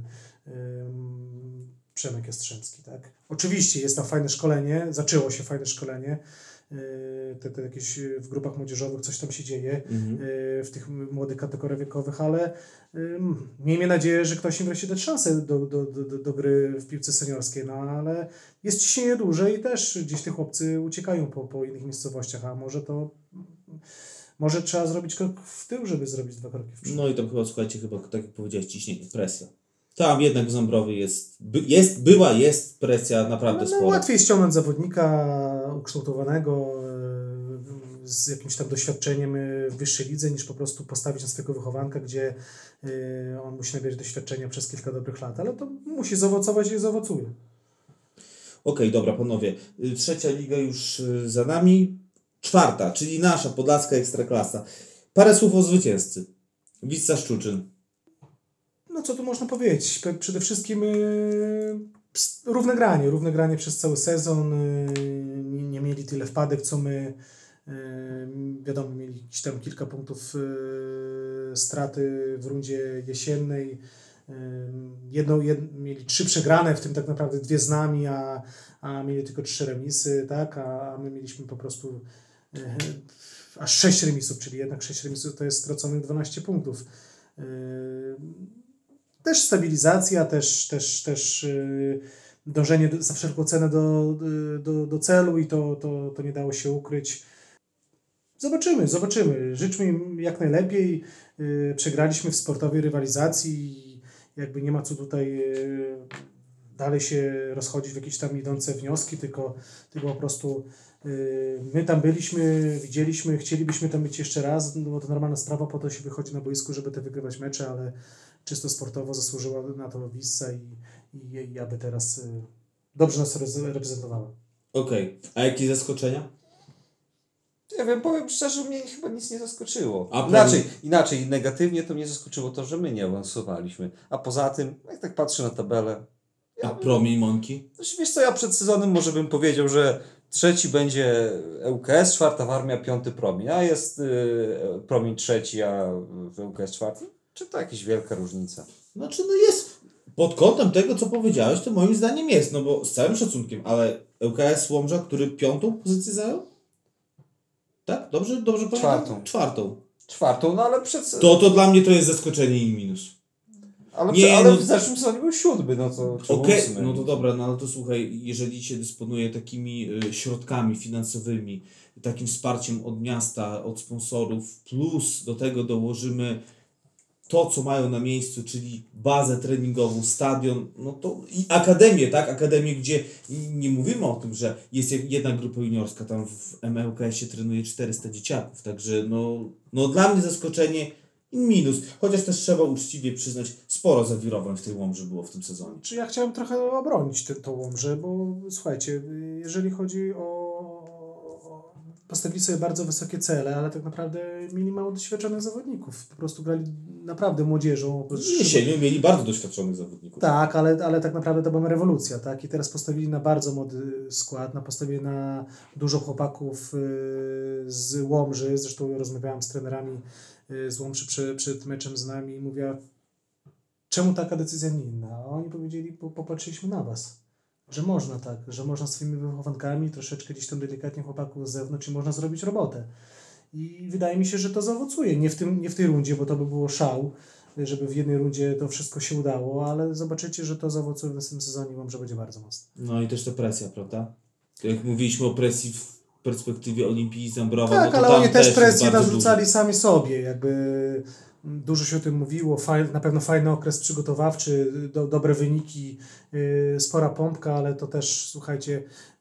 Przemek Jastrzębski, tak. Oczywiście jest tam fajne szkolenie, zaczęło się fajne szkolenie, te jakieś w grupach młodzieżowych coś tam się dzieje, w tych młodych kategoriach wiekowych, ale miejmy nadzieję, że ktoś im wreszcie da szansę do gry w piłce seniorskiej, no ale jest ciśnienie duże i też gdzieś te chłopcy uciekają po innych miejscowościach, a może trzeba zrobić krok w tył, żeby zrobić 2 kroki w przód. No i tam chyba, słuchajcie, tak jak powiedziałeś, ciśnienie, presja. Tam jednak w Zambrowie jest presja naprawdę No spora. łatwiej ściągnąć zawodnika ukształtowanego z jakimś tam doświadczeniem w wyższej lidze, niż po prostu postawić na swojego wychowanka, gdzie on musi nabierać doświadczenia przez kilka dobrych lat, ale to musi zaowocować i zaowocuje. Okej, dobra, panowie. Trzecia liga już za nami. 4., czyli nasza podlaska ekstraklasa. Parę słów o zwycięzcy. Wisła Szczuczyn. No co tu można powiedzieć? Przede wszystkim równe granie przez cały sezon. Nie mieli tyle wpadek, co my. Wiadomo, mieli gdzieś tam kilka punktów straty w rundzie jesiennej. Mieli 3 przegrane, w tym tak naprawdę 2 z nami, a mieli tylko 3 remisy, tak? A my mieliśmy po prostu aż 6 remisów, czyli jednak 6 remisów to jest straconych 12 punktów. Też stabilizacja, też dążenie za wszelką cenę do celu i to nie dało się ukryć. Zobaczymy. Życzmy im jak najlepiej. Przegraliśmy w sportowej rywalizacji i jakby nie ma co tutaj dalej się rozchodzić w jakieś tam idące wnioski, tylko po prostu my tam byliśmy, widzieliśmy, chcielibyśmy tam być jeszcze raz, no bo to normalna sprawa, po to się wychodzi na boisku, żeby te wygrywać mecze, ale czysto sportowo zasłużyła na to Wisła i aby teraz dobrze nas reprezentowała. Okej. A jakie zaskoczenia? Ja wiem, powiem szczerze, mnie chyba nic nie zaskoczyło. A Inaczej, negatywnie to mnie zaskoczyło to, że my nie awansowaliśmy. A poza tym, jak tak patrzę na tabelę... A Promień Mąki? Wiesz co, ja przed sezonem może bym powiedział, że 3 będzie ŁKS, 4 Warmia, 5 Promień, a jest Promień 3, a w ŁKS 4. Czy to jakaś wielka różnica? Znaczy, no jest. Pod kątem tego, co powiedziałeś, to moim zdaniem jest, no bo z całym szacunkiem, ale ŁKS Łomża, który 5. pozycję zajął? Tak? Dobrze pamiętam? 4. 4, no ale przed... To dla mnie to jest zaskoczenie i minus. Ale w zeszłym sezonie był 7, no to... Okej, no to dobra, no ale to słuchaj, jeżeli się dysponuje takimi środkami finansowymi, takim wsparciem od miasta, od sponsorów, plus do tego dołożymy to, co mają na miejscu, czyli bazę treningową, stadion, no to i akademię, tak? Akademię, gdzie nie mówimy o tym, że jest jedna grupa juniorska, tam w MŁKS-ie trenuje 400 dzieciaków, także no dla mnie zaskoczenie i minus, chociaż też trzeba uczciwie przyznać, sporo zawirowań w tej Łomży było w tym sezonie. Czy ja chciałem trochę obronić tą Łomżę, bo słuchajcie, jeżeli chodzi o postawili sobie bardzo wysokie cele, ale tak naprawdę mieli mało doświadczonych zawodników. Po prostu grali naprawdę młodzieżą. Jesienią mieli bardzo doświadczonych zawodników. Tak, ale tak naprawdę to była rewolucja, tak? I teraz postawili na bardzo młody skład, postawili na dużo chłopaków z Łomży. Zresztą rozmawiałem z trenerami z Łomży przed meczem z nami i mówię, czemu taka decyzja nie inna? A oni powiedzieli, popatrzyliśmy na was. Że można tak, że można swoimi wychowankami troszeczkę gdzieś tam delikatnie chłopaków z zewnątrz i można zrobić robotę. I wydaje mi się, że to zaowocuje. Nie w tej rundzie, bo to by było szał, żeby w jednej rundzie to wszystko się udało, ale zobaczycie, że to zaowocuje w następnym sezonie, że będzie bardzo mocno. No i też ta presja, prawda? Jak mówiliśmy o presji w perspektywie Olimpii Zambrowa, tak, no to ale tam oni też presję bardzo narzucali sami sobie, jakby dużo się o tym mówiło, na pewno fajny okres przygotowawczy, dobre wyniki, spora pompka, ale to też, słuchajcie,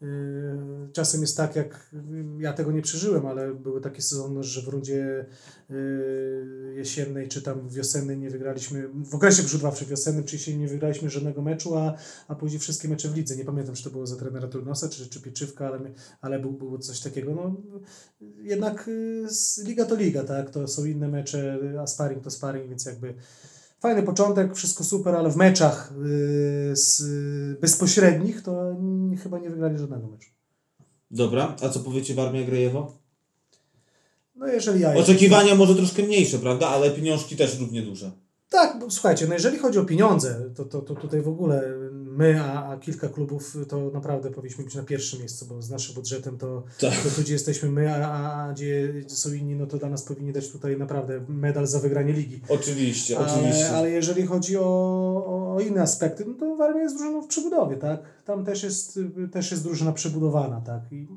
czasem jest tak, jak ja tego nie przeżyłem, ale były takie sezony, że w rundzie jesiennej czy tam wiosennej nie wygraliśmy, w okresie przygotowawczym wiosennym czy jesiennym nie wygraliśmy żadnego meczu, a później wszystkie mecze w lidze. Nie pamiętam, czy to było za trenera Turnosa, czy Pieczywka, ale było coś takiego. No, jednak liga to liga, tak? To są inne mecze, a sparring to sparring, więc jakby fajny początek, wszystko super, ale w meczach bezpośrednich to chyba nie wygrali żadnego meczu. Dobra, a co powiecie Warmia Grajewo? No jeżeli ja... Oczekiwania może troszkę mniejsze, prawda? Ale pieniążki też równie duże. Tak, bo słuchajcie, no jeżeli chodzi o pieniądze, to tutaj w ogóle my, a kilka klubów, to naprawdę powinniśmy być na pierwszym miejscu, bo z naszym budżetem to tu gdzie jesteśmy my, a gdzie są inni, no to dla nas powinni dać tutaj naprawdę medal za wygranie ligi. Oczywiście. Ale jeżeli chodzi o inne aspekty, no to Warmia jest drużyną w przebudowie, tak? Tam też jest drużyna przebudowana, tak?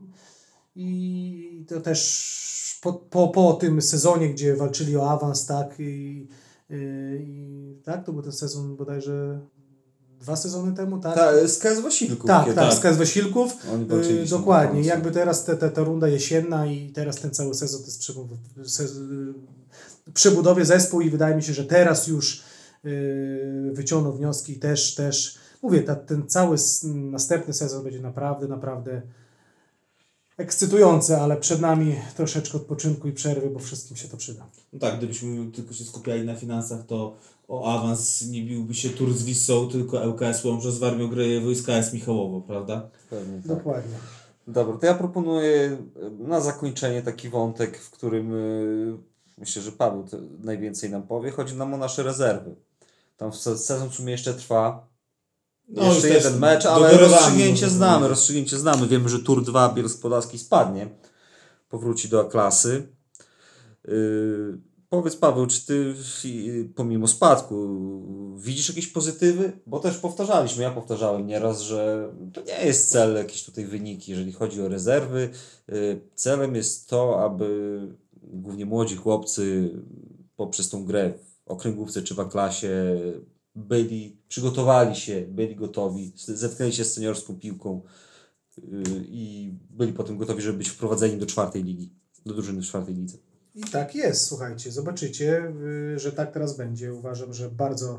I to też po tym sezonie, gdzie walczyli o awans, tak? I tak, to był ten sezon bodajże 2 sezony temu, tak? Tak, z KS Wasilków. Tak, z KS Wasilków. Dokładnie. Na jakby teraz ta runda jesienna i teraz ten cały sezon to jest przebudowie zespół i wydaje mi się, że teraz już wyciągną wnioski i też mówię, ten cały następny sezon będzie naprawdę ekscytujące, ale przed nami troszeczkę odpoczynku i przerwy, bo wszystkim się to przyda. No tak, gdybyśmy tylko się skupiali na finansach, to o awans nie biłby się Tur z Wisłą, tylko ŁKS Łomża z Warmią Grajewo z KS Michałowo, prawda? Pewnie tak. Dokładnie. Dobra, to ja proponuję na zakończenie taki wątek, w którym myślę, że Paweł najwięcej nam powie. Chodzi nam o nasze rezerwy. Tam sezon w sumie jeszcze trwa. No, Jeszcze już też jeden mecz, ale dogrywamy, rozstrzygnięcie znamy. Wiemy, że Tur 2 Bielsk Podlaski spadnie. Powróci do A-klasy. Powiedz, Paweł, czy ty pomimo spadku widzisz jakieś pozytywy? Bo też powtarzaliśmy, ja powtarzałem nieraz, że to nie jest cel jakieś tutaj wyniki, jeżeli chodzi o rezerwy. Celem jest to, aby głównie młodzi chłopcy poprzez tą grę w okręgówce czy w A-klasie przygotowali się, byli gotowi, zetknęli się z seniorską piłką i byli potem gotowi, żeby być wprowadzeni do 4. ligi, do drużyny w 4. lidze. I tak jest, słuchajcie, zobaczycie, że tak teraz będzie. Uważam, że bardzo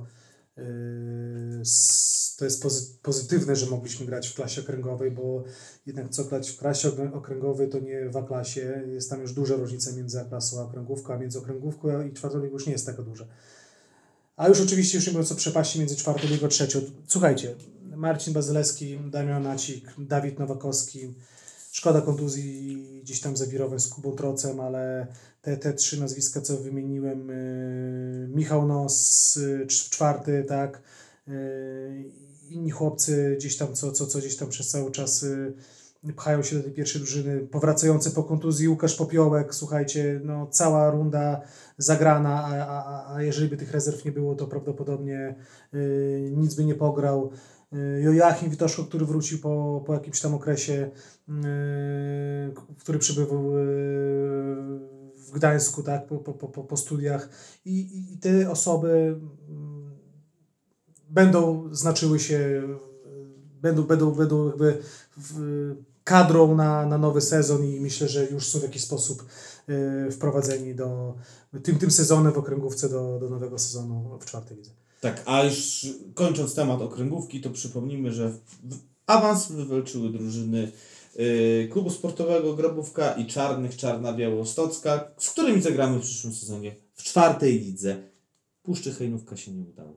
to jest pozytywne, że mogliśmy grać w klasie okręgowej, bo jednak co grać w klasie okręgowej, to nie w A-klasie. Jest tam już duża różnica między A-klasą a okręgówką, a między okręgówką i 4. ligą już nie jest taka duża. A już oczywiście już nie mówiąc o przepaści między 4. ligą a 3. Słuchajcie, Marcin Bazylewski, Damian Nacik, Dawid Nowakowski. Szkoda kontuzji gdzieś tam zawirowań z Kubą Trocem, ale te 3 nazwiska, co wymieniłem, Michał Nos, 4, tak, inni chłopcy gdzieś tam, co gdzieś tam przez cały czas pchają się do tej pierwszej drużyny, powracający po kontuzji Łukasz Popiołek, słuchajcie, no cała runda zagrana, a jeżeli by tych rezerw nie było, to prawdopodobnie nic by nie pograł. Joachim Witoszko, który wrócił po jakimś tam okresie, który przybywał w Gdańsku, tak, po studiach i te osoby będą znaczyły się, będą jakby kadrą na nowy sezon i myślę, że już są w jakiś sposób wprowadzeni tym sezonem w okręgówce do nowego sezonu w 4. lidze. Tak, a już kończąc temat okręgówki, to przypomnijmy, że awans wywalczyły drużyny Klubu Sportowego Grabówka i Czarna Białostocka, z którymi zagramy w przyszłym sezonie w 4. lidze. Puszczy Hejnówka się nie udało.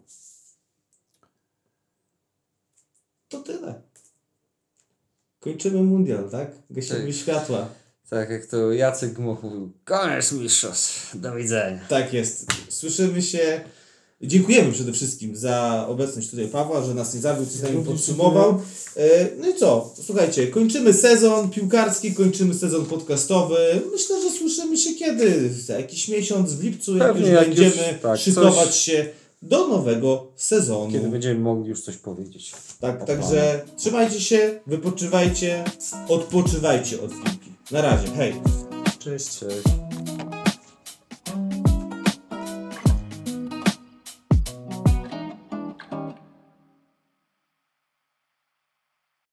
To tyle. Kończymy mundial, tak? Gasimy Tak. światła. Tak jak to Jacek Gmoch mówił, koniec mistrzostw, do widzenia. Tak jest. Słyszymy się. Dziękujemy przede wszystkim za obecność tutaj Pawła, że nas nie zawiódł, coś z nami podsumował. No i co? Słuchajcie, kończymy sezon piłkarski, kończymy sezon podcastowy. Myślę, że słyszymy się kiedy? Za jakiś miesiąc, w lipcu, jak już będziemy szykować się do nowego sezonu. Kiedy będziemy mogli już coś powiedzieć. Tak, także trzymajcie się, wypoczywajcie, odpoczywajcie od piłki. Na razie, hej! Cześć. Cześć.